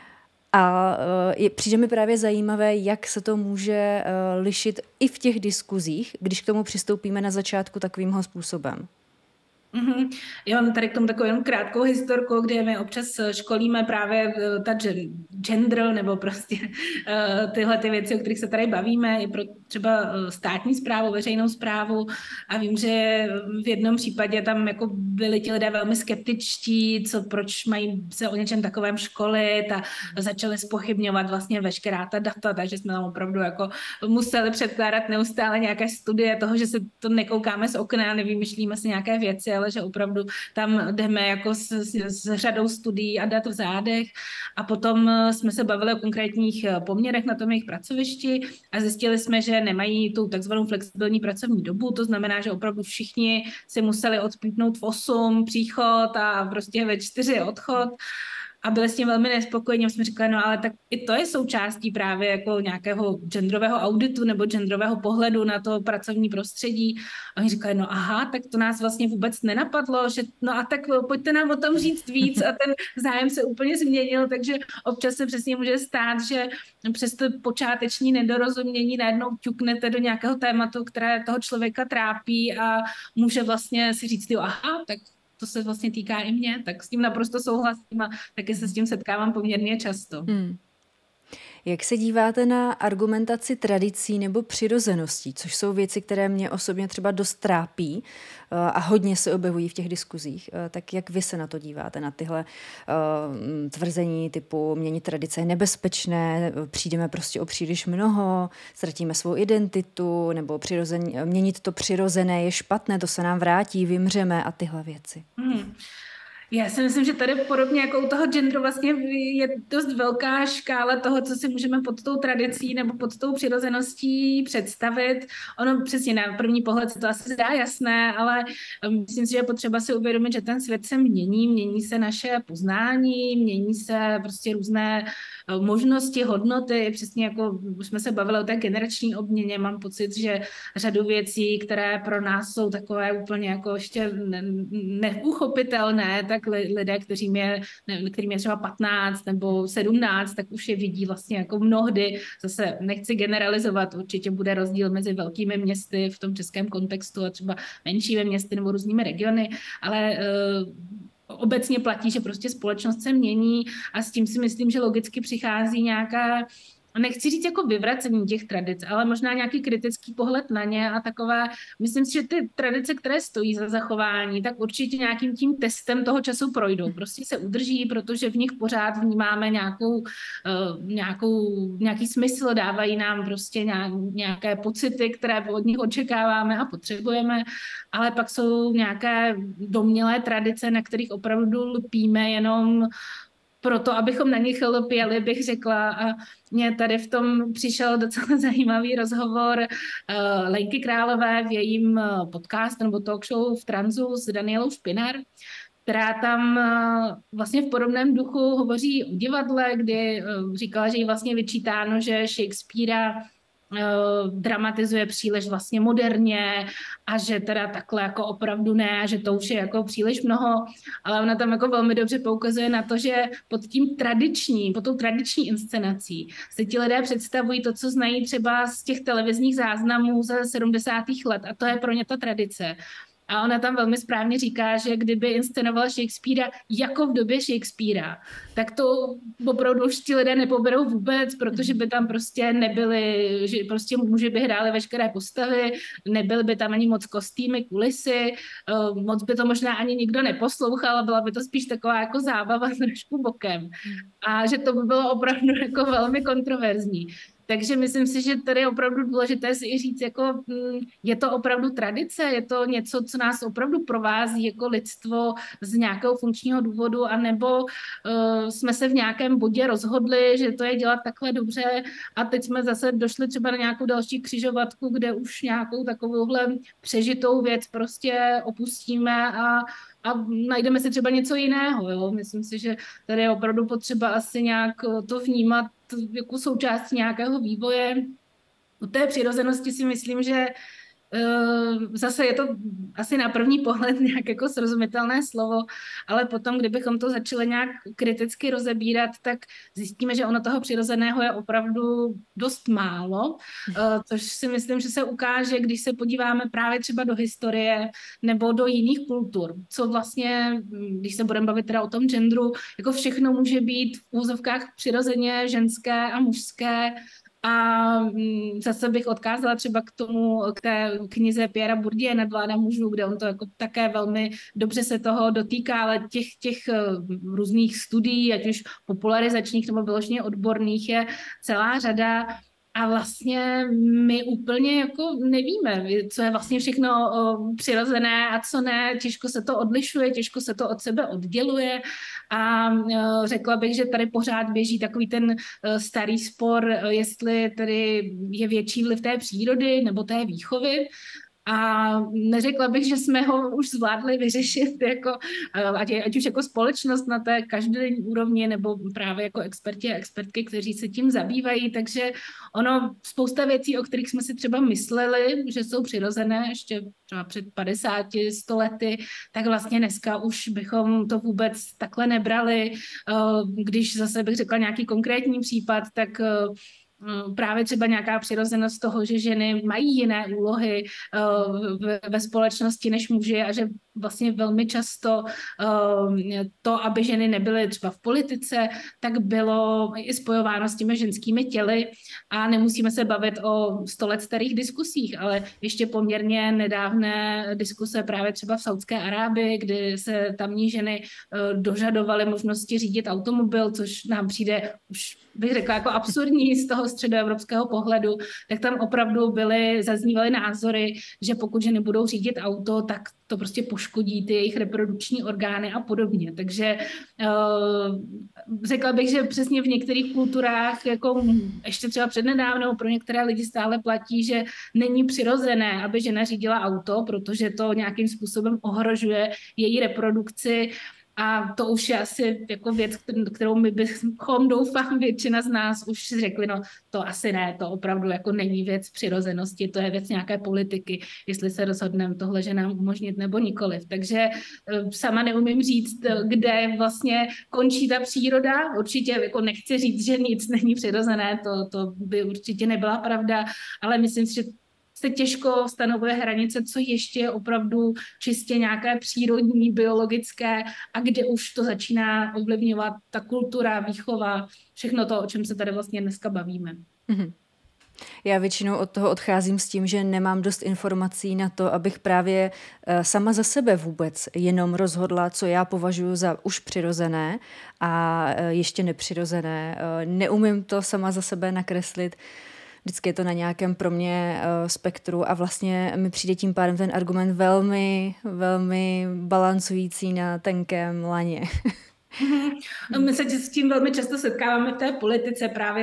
A přijde mi právě zajímavé, jak se to může lišit i v těch diskuzích, když k tomu přistoupíme na začátku takovýmhle způsobem. Mm-hmm. Já mám tady k tomu takovou jenom krátkou historku, kde my občas školíme právě ta gender nebo prostě tyhle ty věci, o kterých se tady bavíme, i pro třeba státní správu, veřejnou správu a vím, že v jednom případě tam jako byli ti lidé velmi skeptičtí, proč mají se o něčem takovém školit a začali zpochybňovat vlastně veškerá ta data, takže jsme tam opravdu jako museli předkládat neustále nějaké studie toho, že se to nekoukáme z okna, nevymýšlíme si nějaké věci, ale že opravdu tam jdeme jako s řadou studií a dat v zádech a potom jsme se bavili o konkrétních poměrech na tom jejich pracovišti a zjistili jsme, že nemají tu takzvanou flexibilní pracovní dobu, to znamená, že opravdu všichni si museli odpítnout v 8 příchod a prostě ve 4 odchod. A byli s tím velmi nespokojení. My jsme říkali, no ale tak i to je součástí právě jako nějakého genderového auditu nebo genderového pohledu na to pracovní prostředí. A oni říkali, no aha, tak to nás vlastně vůbec nenapadlo, že no a tak pojďte nám o tom říct víc a ten zájem se úplně změnil, takže občas se přesně může stát, že přes to počáteční nedorozumění najednou ťuknete do nějakého tématu, které toho člověka trápí a může vlastně si říct, jo aha, tak to se vlastně týká i mě, tak s tím naprosto souhlasím a taky se s tím setkávám poměrně často. Jak se díváte na argumentaci tradicí nebo přirozeností, což jsou věci, které mě osobně třeba dost trápí a hodně se objevují v těch diskuzích. Tak jak vy se na to díváte, na tyhle tvrzení typu měnit tradice je nebezpečné, přijdeme prostě o příliš mnoho, ztratíme svou identitu, nebo měnit to přirozené je špatné, to se nám vrátí, vymřeme a tyhle věci. Já si myslím, že tady podobně jako u toho genderu vlastně je dost velká škála toho, co si můžeme pod tou tradicí nebo pod tou přirozeností představit. Ono přesně na první pohled se to asi zdá jasné, ale myslím si, že je potřeba si uvědomit, že ten svět se mění se naše poznání, mění se prostě různé možnosti, hodnoty, přesně jako už jsme se bavili o té generační obměně, mám pocit, že řadu věcí, které pro nás jsou takové úplně jako ještě neuchopitelné, tak lidé, kterým je třeba 15 nebo 17, tak už je vidí vlastně jako mnohdy. Zase nechci generalizovat, určitě bude rozdíl mezi velkými městy v tom českém kontextu a třeba menšími městy nebo různými regiony, ale obecně platí, že prostě společnost se mění a s tím si myslím, že logicky přichází nějaká, nechci říct jako vyvracení těch tradic, ale možná nějaký kritický pohled na ně a takové, myslím si, že ty tradice, které stojí za zachování, tak určitě nějakým tím testem toho času projdou. Prostě se udrží, protože v nich pořád vnímáme nějaký smysl, dávají nám prostě nějaké pocity, které od nich očekáváme a potřebujeme, ale pak jsou nějaké domnělé tradice, na kterých opravdu lpíme jenom proto, abychom na nich lpěli, bych řekla. A mně tady v tom přišel docela zajímavý rozhovor Lenky Králové v jejím podcastu nebo talk show v Transu s Danielou Špinar, která tam vlastně v podobném duchu hovoří o divadle, kdy říkala, že jí vlastně vyčítáno, že Shakespearea dramatizuje příliš vlastně moderně a že teda takhle jako opravdu ne, a že to už je jako příliš mnoho, ale ona tam jako velmi dobře poukazuje na to, že pod tou tradiční inscenací se ti lidé představují to, co znají třeba z těch televizních záznamů ze 70. let, a to je pro ně ta tradice. A ona tam velmi správně říká, že kdyby inscenovala Shakespearea jako v době Shakespearea, tak to opravdu už ti lidé nepoberou vůbec, protože by tam prostě nebyly, že prostě muži by hráli veškeré postavy, nebyly by tam ani moc kostýmy, kulisy, moc by to možná ani nikdo neposlouchal, byla by to spíš taková jako zábava trošku bokem. A že to by bylo opravdu jako velmi kontroverzní. Takže myslím si, že tady je opravdu důležité si i říct, jako je to opravdu tradice, je to něco, co nás opravdu provází jako lidstvo z nějakého funkčního důvodu, anebo jsme se v nějakém bodě rozhodli, že to je dělat takhle dobře a teď jsme zase došli třeba na nějakou další křižovatku, kde už nějakou takovouhle přežitou věc prostě opustíme a najdeme si třeba něco jiného. Jo? Myslím si, že tady je opravdu potřeba asi nějak to vnímat jako součástí nějakého vývoje. U té přirozenosti si myslím, že zase je to asi na první pohled nějak jako srozumitelné slovo, ale potom, kdybychom to začali nějak kriticky rozebírat, tak zjistíme, že ono toho přirozeného je opravdu dost málo, což si myslím, že se ukáže, když se podíváme právě třeba do historie nebo do jiných kultur, co vlastně, když se budeme bavit teda o tom genderu, jako všechno může být v úzovkách přirozeně ženské a mužské. A zase bych odkázala třeba k té knize Pierra Bourdieu Nadvláda mužů, kde on to jako také velmi dobře se toho dotýká, ale těch různých studií, ať už popularizačních nebo vyloženě odborných, je celá řada. A vlastně my úplně jako nevíme, co je vlastně všechno přirozené a co ne. Těžko se to odlišuje, těžko se to od sebe odděluje a řekla bych, že tady pořád běží takový ten starý spor, jestli tady je větší vliv té přírody nebo té výchovy. A neřekla bych, že jsme ho už zvládli vyřešit, jako, ať už jako společnost na té každodenní úrovni, nebo právě jako experti a expertky, kteří se tím zabývají. Takže ono, spousta věcí, o kterých jsme si třeba mysleli, že jsou přirozené ještě třeba před 50, 100 lety, tak vlastně dneska už bychom to vůbec takhle nebrali. Když zase bych řekla nějaký konkrétní případ, tak právě třeba nějaká přirozenost toho, že ženy mají jiné úlohy ve společnosti než muži a že vlastně velmi často to, aby ženy nebyly třeba v politice, tak bylo i spojováno s těmi ženskými těly a nemusíme se bavit o 100 let starých diskusích, ale ještě poměrně nedávné diskuse právě třeba v Saudské Arábii, kdy se tamní ženy dožadovaly možnosti řídit automobil, což nám přijde už bych řekla jako absurdní z toho středoevropského pohledu, tak tam opravdu zaznívaly názory, že pokud ženy budou řídit auto, tak to prostě poškodí ty jejich reprodukční orgány a podobně. Takže řekla bych, že přesně v některých kulturách, jako ještě třeba přednedávnou, pro některé lidi stále platí, že není přirozené, aby žena řídila auto, protože to nějakým způsobem ohrožuje její reprodukci. A to už je asi jako věc, kterou my bychom, doufám, většina z nás už si řekli, no to asi ne, to opravdu jako není věc přirozenosti, to je věc nějaké politiky, jestli se rozhodneme tohle, že nám umožnit nebo nikoliv. Takže sama neumím říct, kde vlastně končí ta příroda. Určitě jako nechci říct, že nic není přirozené, to by určitě nebyla pravda, ale myslím si, že se těžko stanovuje hranice, co ještě je opravdu čistě nějaké přírodní, biologické a kde už to začíná ovlivňovat ta kultura, výchova, všechno to, o čem se tady vlastně dneska bavíme. Mm-hmm. Já většinou od toho odcházím s tím, že nemám dost informací na to, abych právě sama za sebe vůbec jenom rozhodla, co já považuji za už přirozené a ještě nepřirozené. Neumím to sama za sebe nakreslit. Vždycky je to na nějakém pro mě spektru a vlastně mi přijde tím pádem ten argument velmi, velmi balancující na tenkém laně. My se s tím velmi často setkáváme v té politice, právě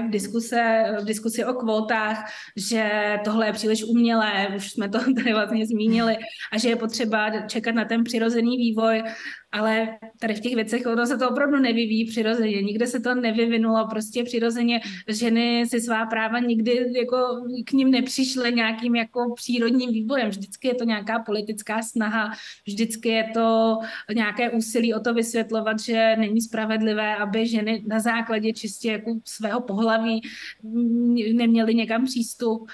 v diskusi o kvótách, že tohle je příliš umělé, už jsme to tady vlastně zmínili, a že je potřeba čekat na ten přirozený vývoj, ale tady v těch věcech ono se to opravdu nevyvíjí přirozeně. Nikde se to nevyvinulo prostě přirozeně. Ženy si svá práva nikdy jako k ním nepřišly nějakým jako přírodním vývojem. Vždycky je to nějaká politická snaha, vždycky je to nějaké úsilí o to vysvětlovat, že není spravedlivé, aby ženy na základě čistě jako svého pohlaví neměly někam přístup,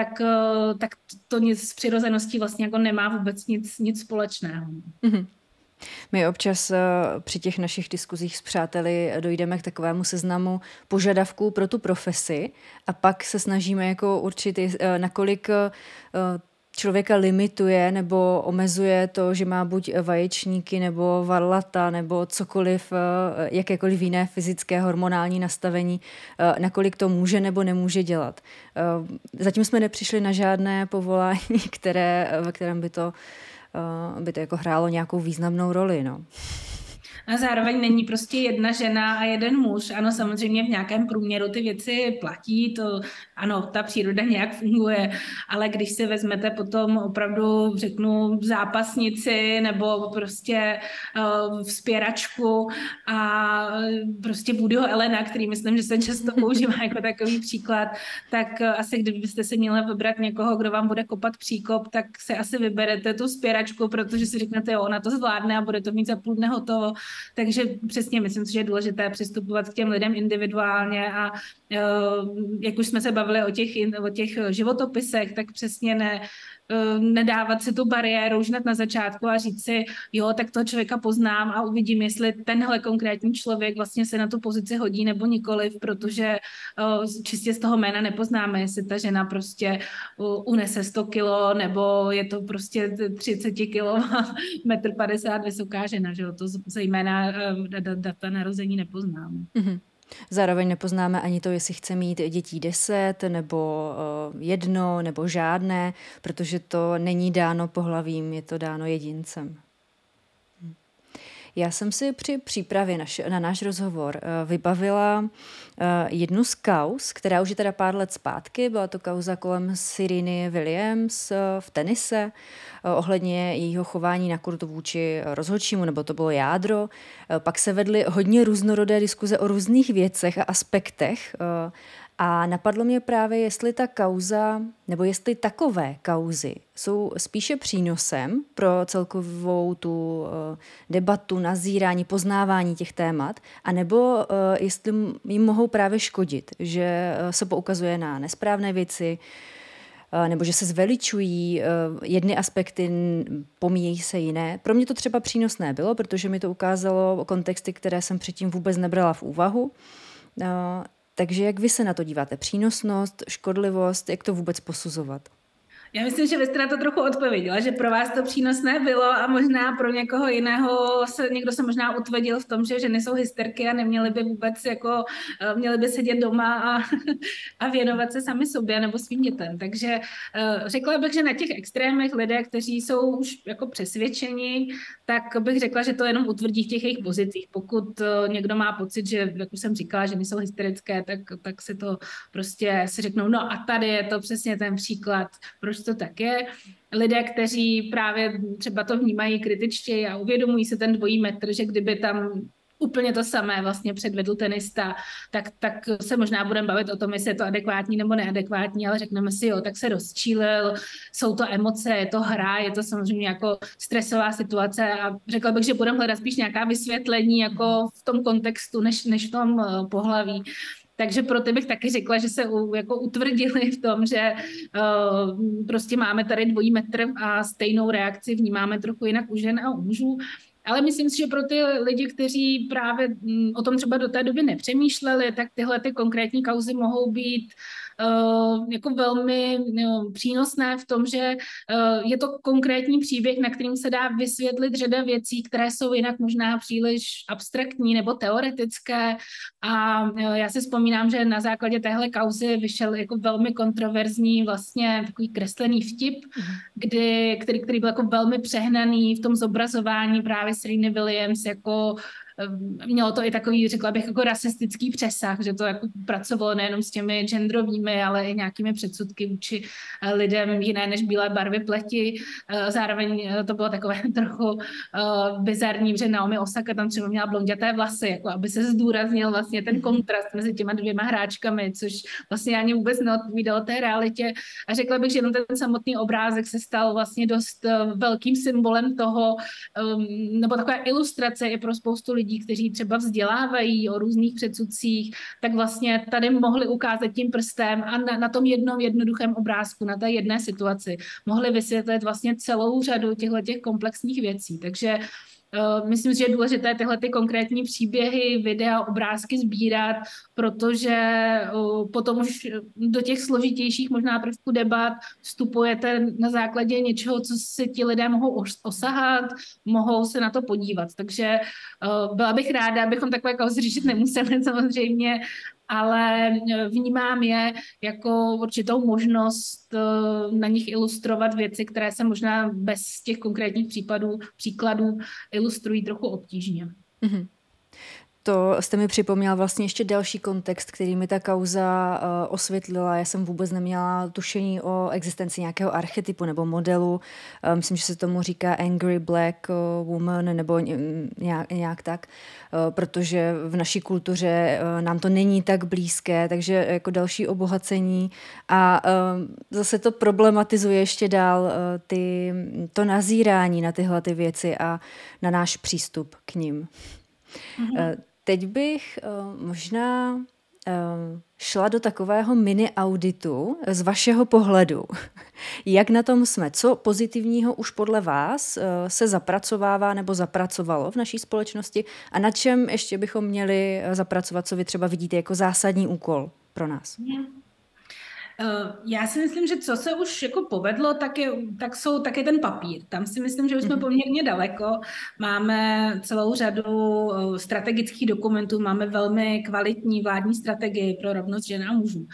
tak to nic s přirozeností vlastně jako nemá vůbec nic společného. Mm-hmm. My občas při těch našich diskuzích s přáteli dojdeme k takovému seznamu požadavků pro tu profesi a pak se snažíme jako určit, nakolik člověka limituje nebo omezuje to, že má buď vaječníky nebo varlata nebo cokoliv, jakékoliv jiné fyzické hormonální nastavení, nakolik to může nebo nemůže dělat. Zatím jsme nepřišli na žádné povolání, ve kterém by to jako hrálo nějakou významnou roli, no. A zároveň není prostě jedna žena a jeden muž. Ano, samozřejmě v nějakém průměru ty věci platí, to ano, ta příroda nějak funguje, ale když si vezmete potom opravdu, řeknu, zápasnici nebo prostě vzpěračku a prostě Woodyho Allena, který myslím, že se často používá jako takový příklad, tak asi kdybyste si měli vybrat někoho, kdo vám bude kopat příkop, tak se asi vyberete tu vzpěračku, protože si řeknete, jo, ona to zvládne a bude to mít za půl dne hotovo. Takže přesně myslím si, že je důležité přistupovat k těm lidem individuálně a jak už jsme se bavili o těch životopisech, tak přesně nedávat si tu bariéru už hned na začátku a říct si, jo, tak toho člověka poznám a uvidím, jestli tenhle konkrétní člověk vlastně se na tu pozici hodí nebo nikoliv, protože čistě z toho jména nepoznáme, jestli ta žena prostě unese 100 kilo nebo je to prostě 30 kilo, 1,50 m vysoká žena, že jo, to zejména data narození nepoznáme. Mm-hmm. Zároveň nepoznáme ani to, jestli chce mít dětí 10 nebo 1 nebo žádné, protože to není dáno pohlavím, je to dáno jedincem. Já jsem si při přípravě na náš rozhovor vybavila jednu z kauz, která už je teda pár let zpátky. Byla to kauza kolem Sereny Williams v tenise ohledně jejího chování na kurtu vůči rozhodčímu, nebo to bylo jádro. Pak se vedly hodně různorodé diskuze o různých věcech a aspektech. A napadlo mě právě, jestli ta kauza, nebo jestli takové kauzy jsou spíše přínosem pro celkovou tu debatu, nazírání, poznávání těch témat, anebo jestli jim mohou právě škodit, že se poukazuje na nesprávné věci, nebo že se zveličují jedny aspekty, pomíjejí se jiné. Pro mě to třeba přínosné bylo, protože mi to ukázalo kontexty, které jsem předtím vůbec nebrala v úvahu. Takže jak vy se na to díváte? Přínosnost, škodlivost, jak to vůbec posuzovat? Já myslím, že vy jste na to trochu odpověděla, že pro vás to přínosné bylo a možná pro někoho jiného někdo se možná utvrdil v tom, že ženy jsou hysterky a neměly by vůbec jako, měly by sedět doma a věnovat se sami sobě nebo svým dětem. Takže řekla bych, že na těch extrémech lidé, kteří jsou už jako přesvědčeni, tak bych řekla, že to jenom utvrdí v těch jejich pozicích. Pokud někdo má pocit, že, jak už jsem říkala, ženy jsou hysterické, tak si to prostě si řeknou, no a tady je to přesně ten příklad, proč to tak je. Lidé, kteří právě třeba to vnímají kritičtěji a uvědomují se ten dvojí metr, že kdyby tam úplně to samé vlastně předvedl tenista, tak se možná budeme bavit o tom, jestli je to adekvátní nebo neadekvátní, ale řekneme si, jo, tak se rozčílil, jsou to emoce, je to hra, je to samozřejmě jako stresová situace a řekla bych, že budeme hledat spíš nějaká vysvětlení jako v tom kontextu, než v tom pohlaví. Takže pro ty bych taky řekla, že se jako utvrdili v tom, že prostě máme tady dvojí metr a stejnou reakci vnímáme trochu jinak u žen a u mužů. Ale myslím si, že pro ty lidi, kteří právě o tom třeba do té doby nepřemýšleli, tak tyhle ty konkrétní kauzy mohou být jako velmi přínosné v tom, že je to konkrétní příběh, na kterým se dá vysvětlit řada věcí, které jsou jinak možná příliš abstraktní nebo teoretické. A já si vzpomínám, že na základě téhle kauzy vyšel jako velmi kontroverzní vlastně takový kreslený vtip, který byl jako velmi přehnaný v tom zobrazování právě Sereny Williams jako mělo to i takový, řekla bych, jako rasistický přesah, že to jako pracovalo nejenom s těmi genderovými, ale i nějakými předsudky vůči lidem jiné než bílé barvy pleti. Zároveň to bylo takové trochu bizarní, že Naomi Osaka tam třeba měla blonděté vlasy, jako aby se zdůraznil vlastně ten kontrast mezi těma dvěma hráčkami, což vlastně ani vůbec neodpovídalo té realitě. A řekla bych, že jenom ten samotný obrázek se stal vlastně dost velkým symbolem toho, nebo taková ilustrace i pro spoustu lidí, kteří třeba vzdělávají o různých předsudcích, tak vlastně tady mohli ukázat tím prstem a na tom jednom jednoduchém obrázku, na té jedné situaci, mohli vysvětlit vlastně celou řadu těchto komplexních věcí. Takže myslím, že je důležité tyhle ty konkrétní příběhy, videa, obrázky sbírat, protože potom už do těch složitějších možná trošku debat vstupujete na základě něčeho, co si ti lidé mohou osahat, mohou se na to podívat. Takže byla bych ráda, abychom takové kauzy řešit nemuseli samozřejmě, ale vnímám je jako určitou možnost na nich ilustrovat věci, které se možná bez těch konkrétních příkladů ilustrují trochu obtížně. Mm-hmm. To jste mi připomněla vlastně ještě další kontext, který mi ta kauza osvětlila. Já jsem vůbec neměla tušení o existenci nějakého archetypu nebo modelu. Myslím, že se tomu říká angry black woman nebo nějak tak, protože v naší kultuře nám to není tak blízké, takže jako další obohacení. A zase to problematizuje ještě dál to nazírání na tyhle ty věci a na náš přístup k nim. Mm-hmm. Teď bych možná šla do takového mini auditu z vašeho pohledu. Jak na tom jsme? Co pozitivního už podle vás se zapracovává nebo zapracovalo v naší společnosti a na čem ještě bychom měli zapracovat, co vy třeba vidíte jako zásadní úkol pro nás? Já si myslím, že co se už jako povedlo, tak je ten papír. Tam si myslím, že už jsme poměrně daleko. Máme celou řadu strategických dokumentů, máme velmi kvalitní vládní strategii pro rovnost žen a mužů.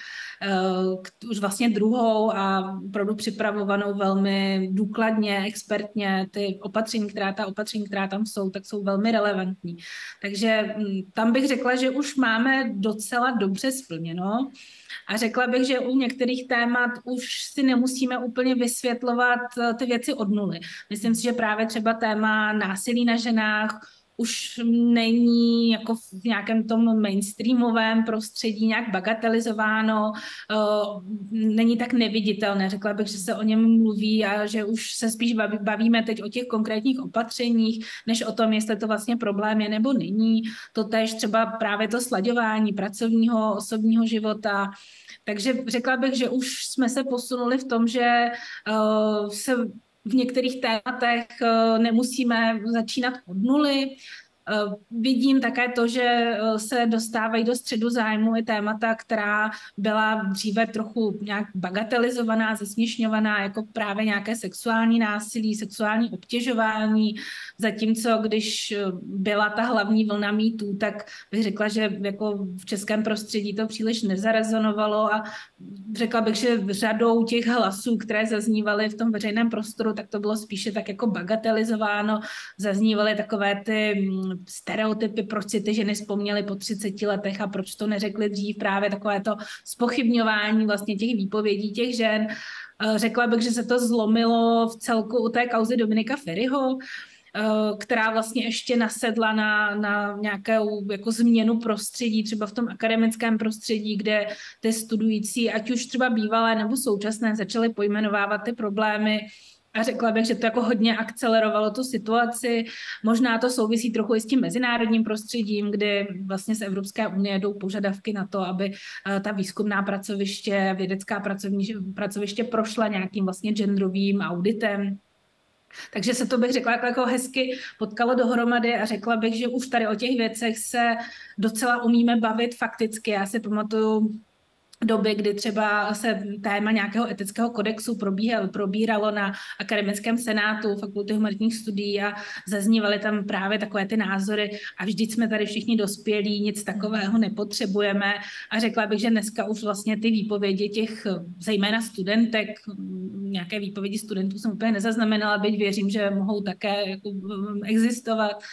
Už vlastně druhou a opravdu připravovanou velmi důkladně, expertně. Ty opatření, která tam jsou, tak jsou velmi relevantní. Takže tam bych řekla, že už máme docela dobře splněno. A řekla bych, že u některých témat už si nemusíme úplně vysvětlovat ty věci od nuly. Myslím si, že právě třeba téma násilí na ženách už není jako v nějakém tom mainstreamovém prostředí nějak bagatelizováno, není tak neviditelné. Řekla bych, že se o něm mluví a že už se spíš bavíme teď o těch konkrétních opatřeních, než o tom, jestli to vlastně problém je nebo není. Totéž třeba právě to slaďování pracovního, osobního života. Takže řekla bych, že už jsme se posunuli v tom, že se v některých tématech nemusíme začínat od nuly. Vidím také to, že se dostávají do středu zájmu i témata, která byla dříve trochu nějak bagatelizovaná, zesměšňovaná, jako právě nějaké sexuální násilí, sexuální obtěžování, zatímco když byla ta hlavní vlna mýtů, tak bych řekla, že jako v českém prostředí to příliš nezarezonovalo a řekla bych, že řadou těch hlasů, které zaznívaly v tom veřejném prostoru, tak to bylo spíše tak jako bagatelizováno, zaznívaly takové ty stereotypy, proč si ty ženy vzpomněly po 30 letech a proč to neřekli dřív, právě takové to zpochybňování vlastně těch výpovědí těch žen. Řekla bych, že se to zlomilo v celku u té kauzy Dominika Feriho, která vlastně ještě nasedla na nějakou jako změnu prostředí, třeba v tom akademickém prostředí, kde ty studující, ať už třeba bývalé nebo současné, začaly pojmenovávat ty problémy. A řekla bych, že to jako hodně akcelerovalo tu situaci. Možná to souvisí trochu i s tím mezinárodním prostředím, kdy vlastně z Evropské unie jdou požadavky na to, aby ta výzkumná pracoviště, vědecká pracoviště prošla nějakým vlastně genderovým auditem. Takže se to bych řekla jako hezky potkalo dohromady a řekla bych, že už tady o těch věcech se docela umíme bavit fakticky. Já si pamatuju doby, kdy třeba se téma nějakého etického kodexu probíralo na akademickém senátu Fakulty humanitních studií a zaznívaly tam právě takové ty názory a vždyť jsme tady všichni dospělí, nic takového nepotřebujeme a řekla bych, že dneska už vlastně ty výpovědi těch zejména studentek, nějaké výpovědi studentů jsem úplně nezaznamenala, byť věřím, že mohou také jako existovat,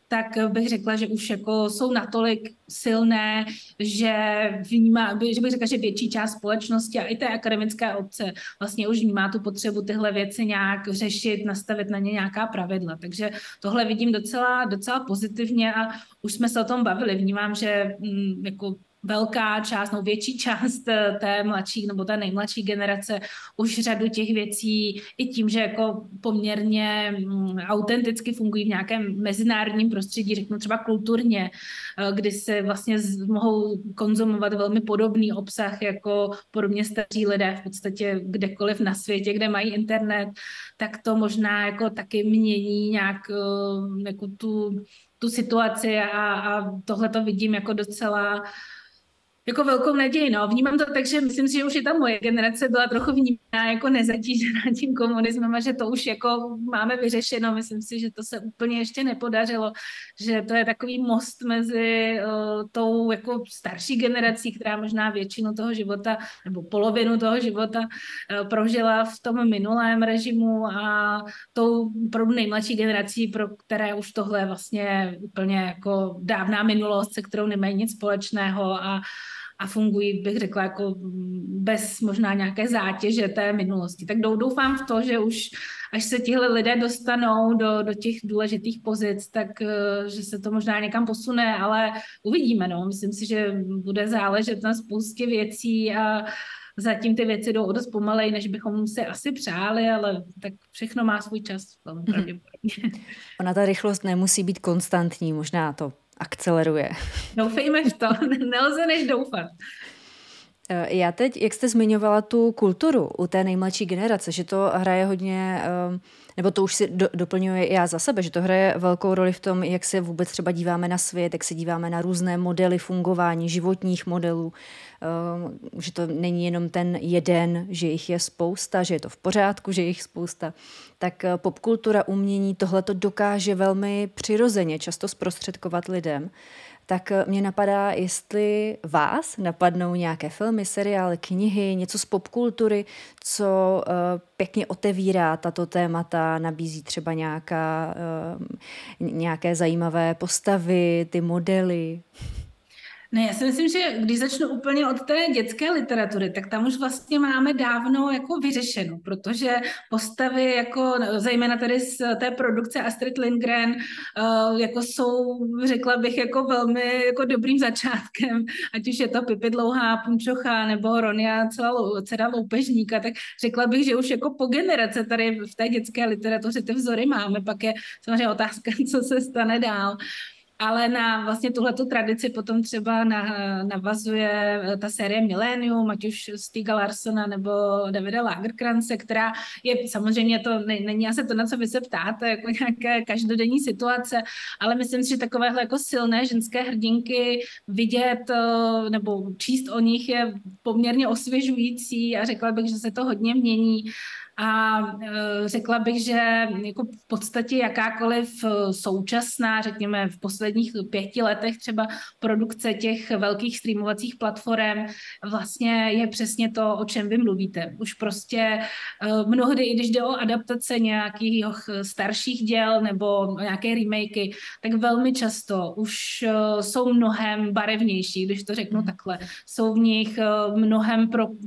tak bych řekla, že už jako jsou natolik silné, že že bych řekla, že větší část společnosti a i té akademické obce vlastně už vnímá tu potřebu tyhle věci nějak řešit, nastavit na ně nějaká pravidla. Takže tohle vidím docela pozitivně a už jsme se o tom bavili. Vnímám, že jako velká část, no větší část té mladší nebo té nejmladší generace už řadu těch věcí i tím, že jako poměrně autenticky fungují v nějakém mezinárodním prostředí, řeknu třeba kulturně, kdy se vlastně mohou konzumovat velmi podobný obsah jako podobně staří lidé v podstatě kdekoliv na světě, kde mají internet, tak to možná jako taky mění nějak jako tu situaci a tohle to vidím jako docela jako velkou naději, no. Vnímám to tak, že myslím si, že už i ta moje generace byla trochu vnímána jako nezatížená tím komunismem a že to už jako máme vyřešeno. Myslím si, že to se úplně ještě nepodařilo, že to je takový most mezi tou jako starší generací, která možná většinu toho života nebo polovinu toho života prožila v tom minulém režimu a tou opravdu nejmladší generací, pro které už tohle je vlastně úplně jako dávná minulost, se kterou nemají nic společného a fungují, bych řekla, jako bez možná nějaké zátěže té minulosti. Tak doufám v to, že už až se tihle lidé dostanou do těch důležitých pozic, tak že se to možná někam posune, ale uvidíme. No. Myslím si, že bude záležet na spoustě věcí a zatím ty věci jdou o dost pomalej, než bychom si asi přáli, ale tak všechno má svůj čas. Ona ta rychlost nemusí být konstantní, možná to akceleruje. Doufejme v to, nelze než doufat. Já teď, jak jste zmiňovala tu kulturu u té nejmladší generace, že to hraje hodně, nebo to už si doplňuji já za sebe, že to hraje velkou roli v tom, jak se vůbec třeba díváme na svět, jak se díváme na různé modely fungování, životních modelů, že to není jenom ten jeden, že jich je spousta, že je to v pořádku, že je jich spousta. Tak popkultura, umění, tohle to dokáže velmi přirozeně často zprostředkovat lidem. Tak mě napadá, jestli vás napadnou nějaké filmy, seriály, knihy, něco z popkultury, co pěkně otevírá tato témata, nabízí třeba nějaké zajímavé postavy, ty modely. Ne, já si myslím, že když začnu úplně od té dětské literatury, tak tam už vlastně máme dávno jako vyřešeno, protože postavy jako zejména tady z té produkce Astrid Lindgren jako jsou, řekla bych, jako velmi jako dobrým začátkem, ať už je to Pipi Dlouhá Punčocha nebo Ronja dcera loupežníka, tak řekla bych, že už jako po generace tady v té dětské literatuře ty vzory máme, pak je samozřejmě otázka, co se stane dál. Ale na vlastně tuhletu tradici potom třeba navazuje ta série Millennium, ať už Stiega Larssona nebo Davida Lagerkrantze, která je samozřejmě to, není asi to, na co vy se ptáte, jako nějaké každodenní situace, ale myslím si, že takovéhle jako silné ženské hrdinky vidět nebo číst o nich je poměrně osvěžující a řekla bych, že se to hodně mění. A řekla bych, že jako v podstatě jakákoliv současná, řekněme v posledních 5 letech třeba produkce těch velkých streamovacích platform vlastně je přesně to, o čem vy mluvíte. Už prostě mnohdy, i když jde o adaptace nějakých starších děl nebo nějaké remakey, tak velmi často už jsou mnohem barevnější, když to řeknu takhle. Jsou v nich mnohem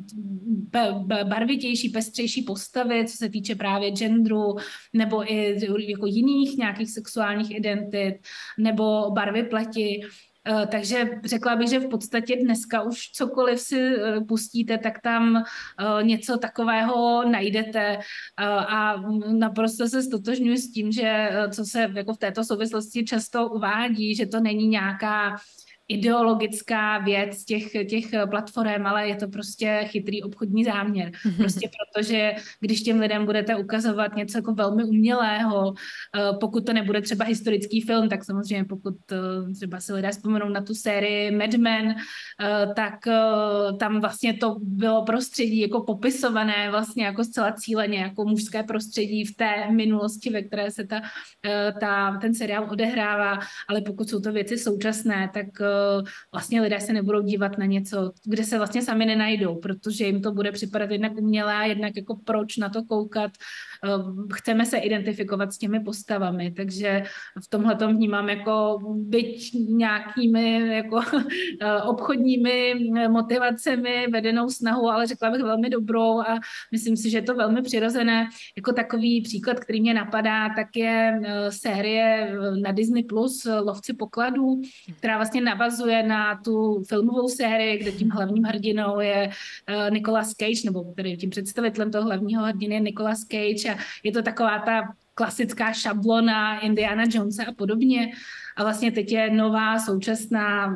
barvitější, pestřejší postavy, co se týče právě genderu, nebo i jako jiných nějakých sexuálních identit, nebo barvy pleti. Takže řekla bych, že v podstatě dneska už cokoliv si pustíte, tak tam něco takového najdete a naprosto se ztotožňuji s tím, že co se jako v této souvislosti často uvádí, že to není nějaká ideologická věc těch platform, ale je to prostě chytrý obchodní záměr. Prostě protože když těm lidem budete ukazovat něco jako velmi umělého, pokud to nebude třeba historický film, tak samozřejmě pokud třeba si lidé vzpomenou na tu sérii Mad Men, tak tam vlastně to bylo prostředí jako popisované vlastně jako zcela cíleně, jako mužské prostředí v té minulosti, ve které se ten seriál odehrává, ale pokud jsou to věci současné, tak vlastně lidé se nebudou dívat na něco, kde se vlastně sami nenajdou, protože jim to bude připadat jednak umělé a jednak jako proč na to koukat. Chceme se identifikovat s těmi postavami, takže v tomhletom vnímám jako byť nějakými jako obchodními motivacemi vedenou snahu, ale řekla bych velmi dobrou a myslím si, že je to velmi přirozené. Jako takový příklad, který mě napadá, tak je série na Disney Plus Lovci pokladů, která vlastně navazuje na tu filmovou sérii, kde tím hlavním hrdinou je Nicolas Cage, nebo tedy tím představitelem toho hlavního hrdiny je Nicolas Cage a je to taková ta klasická šablona Indiana Jonesa a podobně. A vlastně teď je nová současná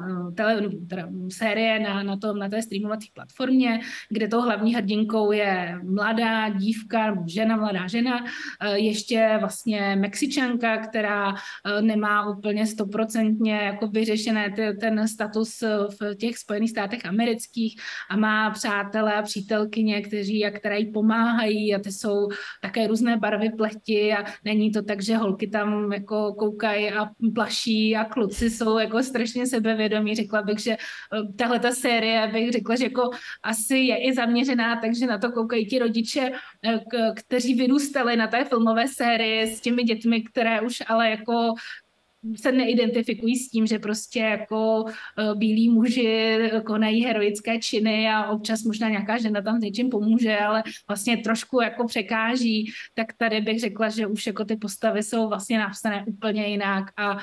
série na té streamovací platformě, kde tou hlavní hrdinkou je mladá dívka, mladá žena, ještě vlastně Mexičanka, která nemá úplně 100% jako vyřešené ten status v těch Spojených státech amerických a má přátelé a přítelkyně, které jí pomáhají a ty jsou také různé barvy pleti a není to tak, že holky tam jako koukají a plaší a kluci jsou jako strašně sebevědomí. Řekla bych, že tahle ta série bych řekla, že jako asi je i zaměřená, takže na to koukají ti rodiče, kteří vyrůstali na té filmové sérii s těmi dětmi, které už ale jako se neidentifikují s tím, že prostě jako bílí muži konají heroické činy a občas možná nějaká žena tam s něčím pomůže, ale vlastně trošku jako překáží, tak tady bych řekla, že už jako ty postavy jsou vlastně napsané úplně jinak a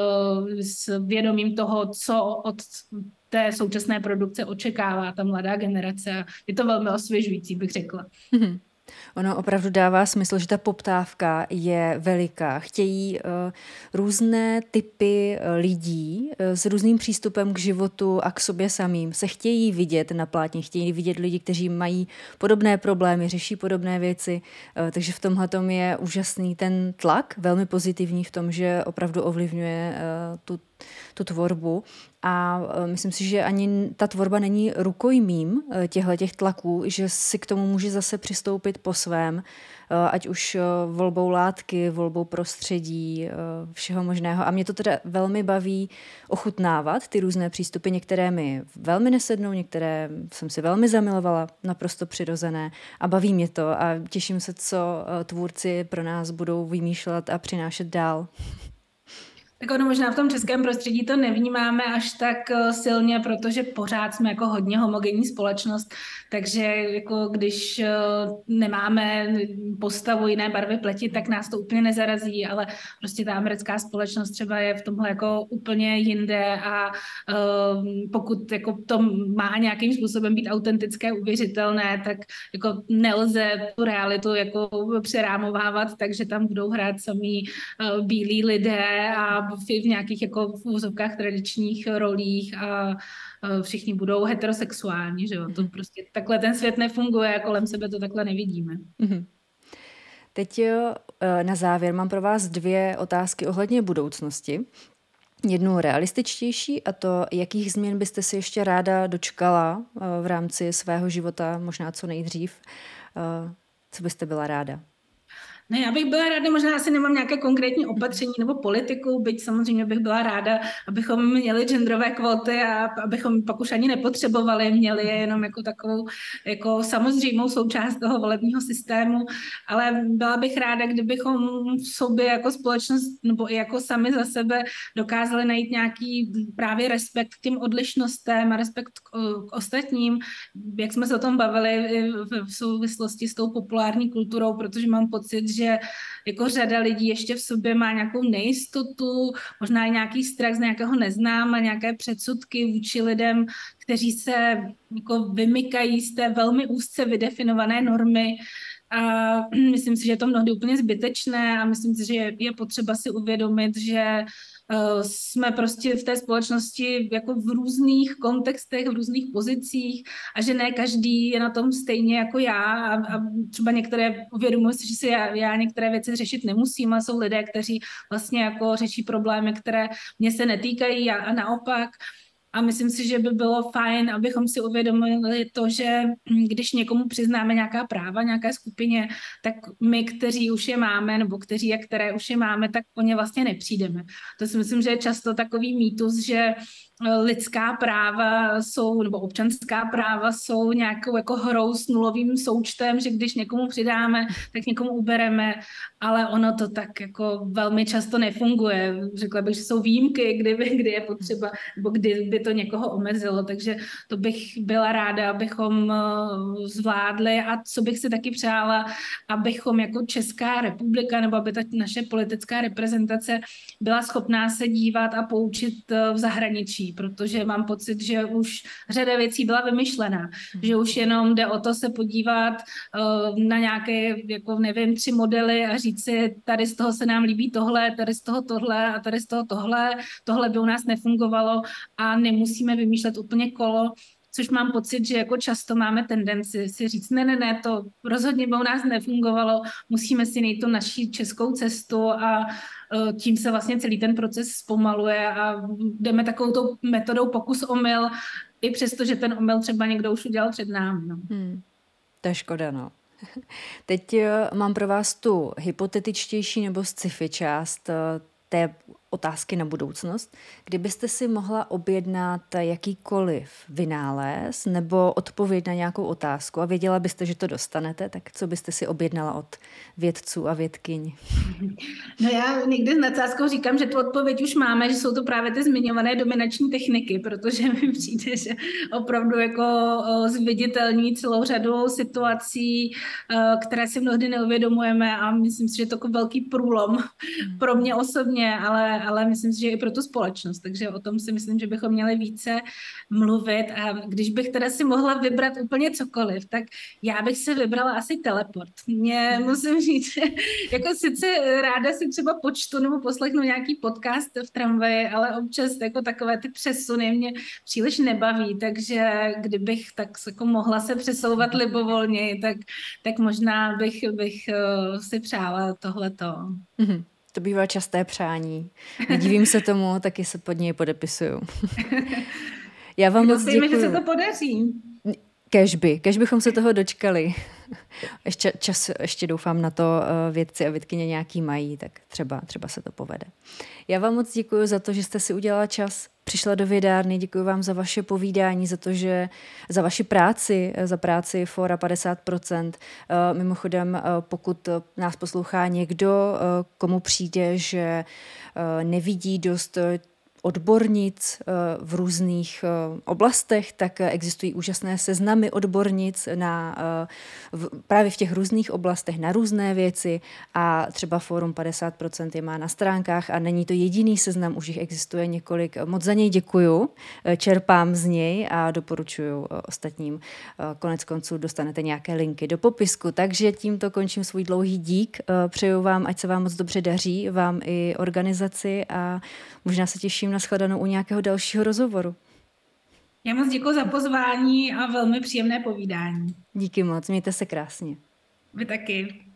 s vědomím toho, co od té současné produkce očekává ta mladá generace. Je to velmi osvěžující, bych řekla. Mm-hmm. Ono opravdu dává smysl, že ta poptávka je veliká. Chtějí různé typy lidí s různým přístupem k životu a k sobě samým. Se chtějí vidět na plátně, chtějí vidět lidi, kteří mají podobné problémy, řeší podobné věci. Takže v tomhletom je úžasný ten tlak, velmi pozitivní v tom, že opravdu ovlivňuje tu tvorbu. A myslím si, že ani ta tvorba není rukojmím těch tlaků, že si k tomu může zase přistoupit po svém, ať už volbou látky, volbou prostředí, všeho možného. A mě to teda velmi baví ochutnávat ty různé přístupy. Některé mi velmi nesednou, některé jsem si velmi zamilovala, naprosto přirozené a baví mě to a těším se, co tvůrci pro nás budou vymýšlet a přinášet dál. Tak ono možná v tom českém prostředí to nevnímáme až tak silně, protože pořád jsme jako hodně homogenní společnost, takže jako když nemáme postavu jiné barvy pleti, tak nás to úplně nezarazí, ale prostě ta americká společnost třeba je v tomhle jako úplně jinde a pokud jako to má nějakým způsobem být autentické, uvěřitelné, tak jako nelze tu realitu jako přerámovávat, takže tam budou hrát samý bílí lidé a v nějakých jako v úzovkách tradičních rolích a všichni budou heterosexuální, že jo? To prostě takhle ten svět nefunguje a kolem sebe to takhle nevidíme. Mm-hmm. Teď na závěr mám pro vás 2 otázky ohledně budoucnosti. Jednu realističtější a to, jakých změn byste si ještě ráda dočkala v rámci svého života, možná co nejdřív. Co byste byla ráda? Ne, já bych byla ráda, možná asi nemám nějaké konkrétní opatření nebo politiku, byť samozřejmě bych byla ráda, abychom měli genderové kvóty a abychom pak už ani nepotřebovali, měli je jenom jako takovou jako samozřejmou součást toho volebního systému, ale byla bych ráda, kdybychom v sobě jako společnost nebo i jako sami za sebe dokázali najít nějaký právě respekt k těm odlišnostem a respekt k ostatním, jak jsme se o tom bavili v souvislosti s tou populární kulturou, protože mám pocit, že jako řada lidí ještě v sobě má nějakou nejistotu, možná i nějaký strach z nějakého neznáma, nějaké předsudky vůči lidem, kteří se jako vymykají z té velmi úzce vydefinované normy. A myslím si, že je to mnohdy úplně zbytečné a myslím si, že je potřeba si uvědomit, že jsme prostě v té společnosti jako v různých kontextech, v různých pozicích a že ne každý je na tom stejně jako já a třeba některé uvědomuji si, že si já některé věci řešit nemusím a jsou lidé, kteří vlastně jako řeší problémy, které mě se netýkají a naopak. A myslím si, že by bylo fajn, abychom si uvědomili to, že když někomu přiznáme nějaká práva, nějaké skupině, tak my, kteří už je máme, nebo kteří a které už je máme, tak po ně vlastně nepřijdeme. To si myslím, že je často takový mýtus, že lidská práva jsou, nebo občanská práva jsou nějakou jako hrou s nulovým součtem, že když někomu přidáme, tak někomu ubereme, ale ono to tak jako velmi často nefunguje. Řekla bych, že jsou výjimky, kdy je potřeba, nebo kdy by to někoho omezilo, takže to bych byla ráda, abychom zvládli a co bych si taky přála, abychom jako Česká republika, nebo aby ta naše politická reprezentace byla schopná se dívat a poučit v zahraničí, protože mám pocit, že už řada věcí byla vymyšlená, že už jenom jde o to se podívat na nějaké, jako nevím, 3 modely a říct si, tady z toho se nám líbí tohle, tady z toho tohle a tady z toho tohle by u nás nefungovalo a nemusíme vymýšlet úplně kolo, což mám pocit, že jako často máme tendenci si říct, ne, to rozhodně by u nás nefungovalo, musíme si najít tu naší českou cestu a tím se vlastně celý ten proces zpomaluje a jdeme takovou tou metodou pokus omyl, i přesto, že ten omyl třeba někdo už udělal před námi. No. To je škoda, no. Teď mám pro vás tu hypotetičtější nebo sci-fi část té otázky na budoucnost. Kdybyste si mohla objednat jakýkoliv vynález nebo odpověď na nějakou otázku a věděla byste, že to dostanete, tak co byste si objednala od vědců a vědkyň? No já někdy s nadsázkou říkám, že tu odpověď už máme, že jsou to právě ty zmiňované dominační techniky, protože mi přijde, že opravdu jako zviditelní celou řadu situací, které si mnohdy neuvědomujeme a myslím si, že je to jako velký průlom pro mě osobně, ale myslím si, že i pro tu společnost, takže o tom si myslím, že bychom měli více mluvit a když bych teda si mohla vybrat úplně cokoliv, tak já bych si vybrala asi teleport. Musím říct, že jako sice ráda si třeba počtu nebo poslechnu nějaký podcast v tramvaji, ale občas jako takové ty přesuny mě příliš nebaví, takže kdybych tak jako mohla se přesouvat libovolně, tak možná bych si přála tohleto. Mm-hmm. To bývá časté přání. Nedivím se tomu, taky se pod něj podepisuju. Já vám moc děkuju. Že se to podaří. Kež bychom se toho dočkali. Ještě doufám na to, vědci a vědkyně nějaký mají, tak třeba se to povede. Já vám moc děkuju za to, že jste si udělala čas, přišla do vědárny, děkuji vám za vaše povídání, za vaši práci, za práci Fóra 50%. Mimochodem, pokud nás poslouchá někdo, komu přijde, že nevidí dost odbornic v různých oblastech, tak existují úžasné seznamy odbornic právě v těch různých oblastech na různé věci a třeba Fórum 50% je má na stránkách a není to jediný seznam, už jich existuje několik. Moc za něj děkuju, čerpám z něj a doporučuju ostatním. Konec konců dostanete nějaké linky do popisku, takže tímto končím svůj dlouhý dík. Přeju vám, ať se vám moc dobře daří, vám i organizaci a možná se těším na shledanou u nějakého dalšího rozhovoru. Já moc děkuji za pozvání a velmi příjemné povídání. Díky moc, mějte se krásně. Vy taky.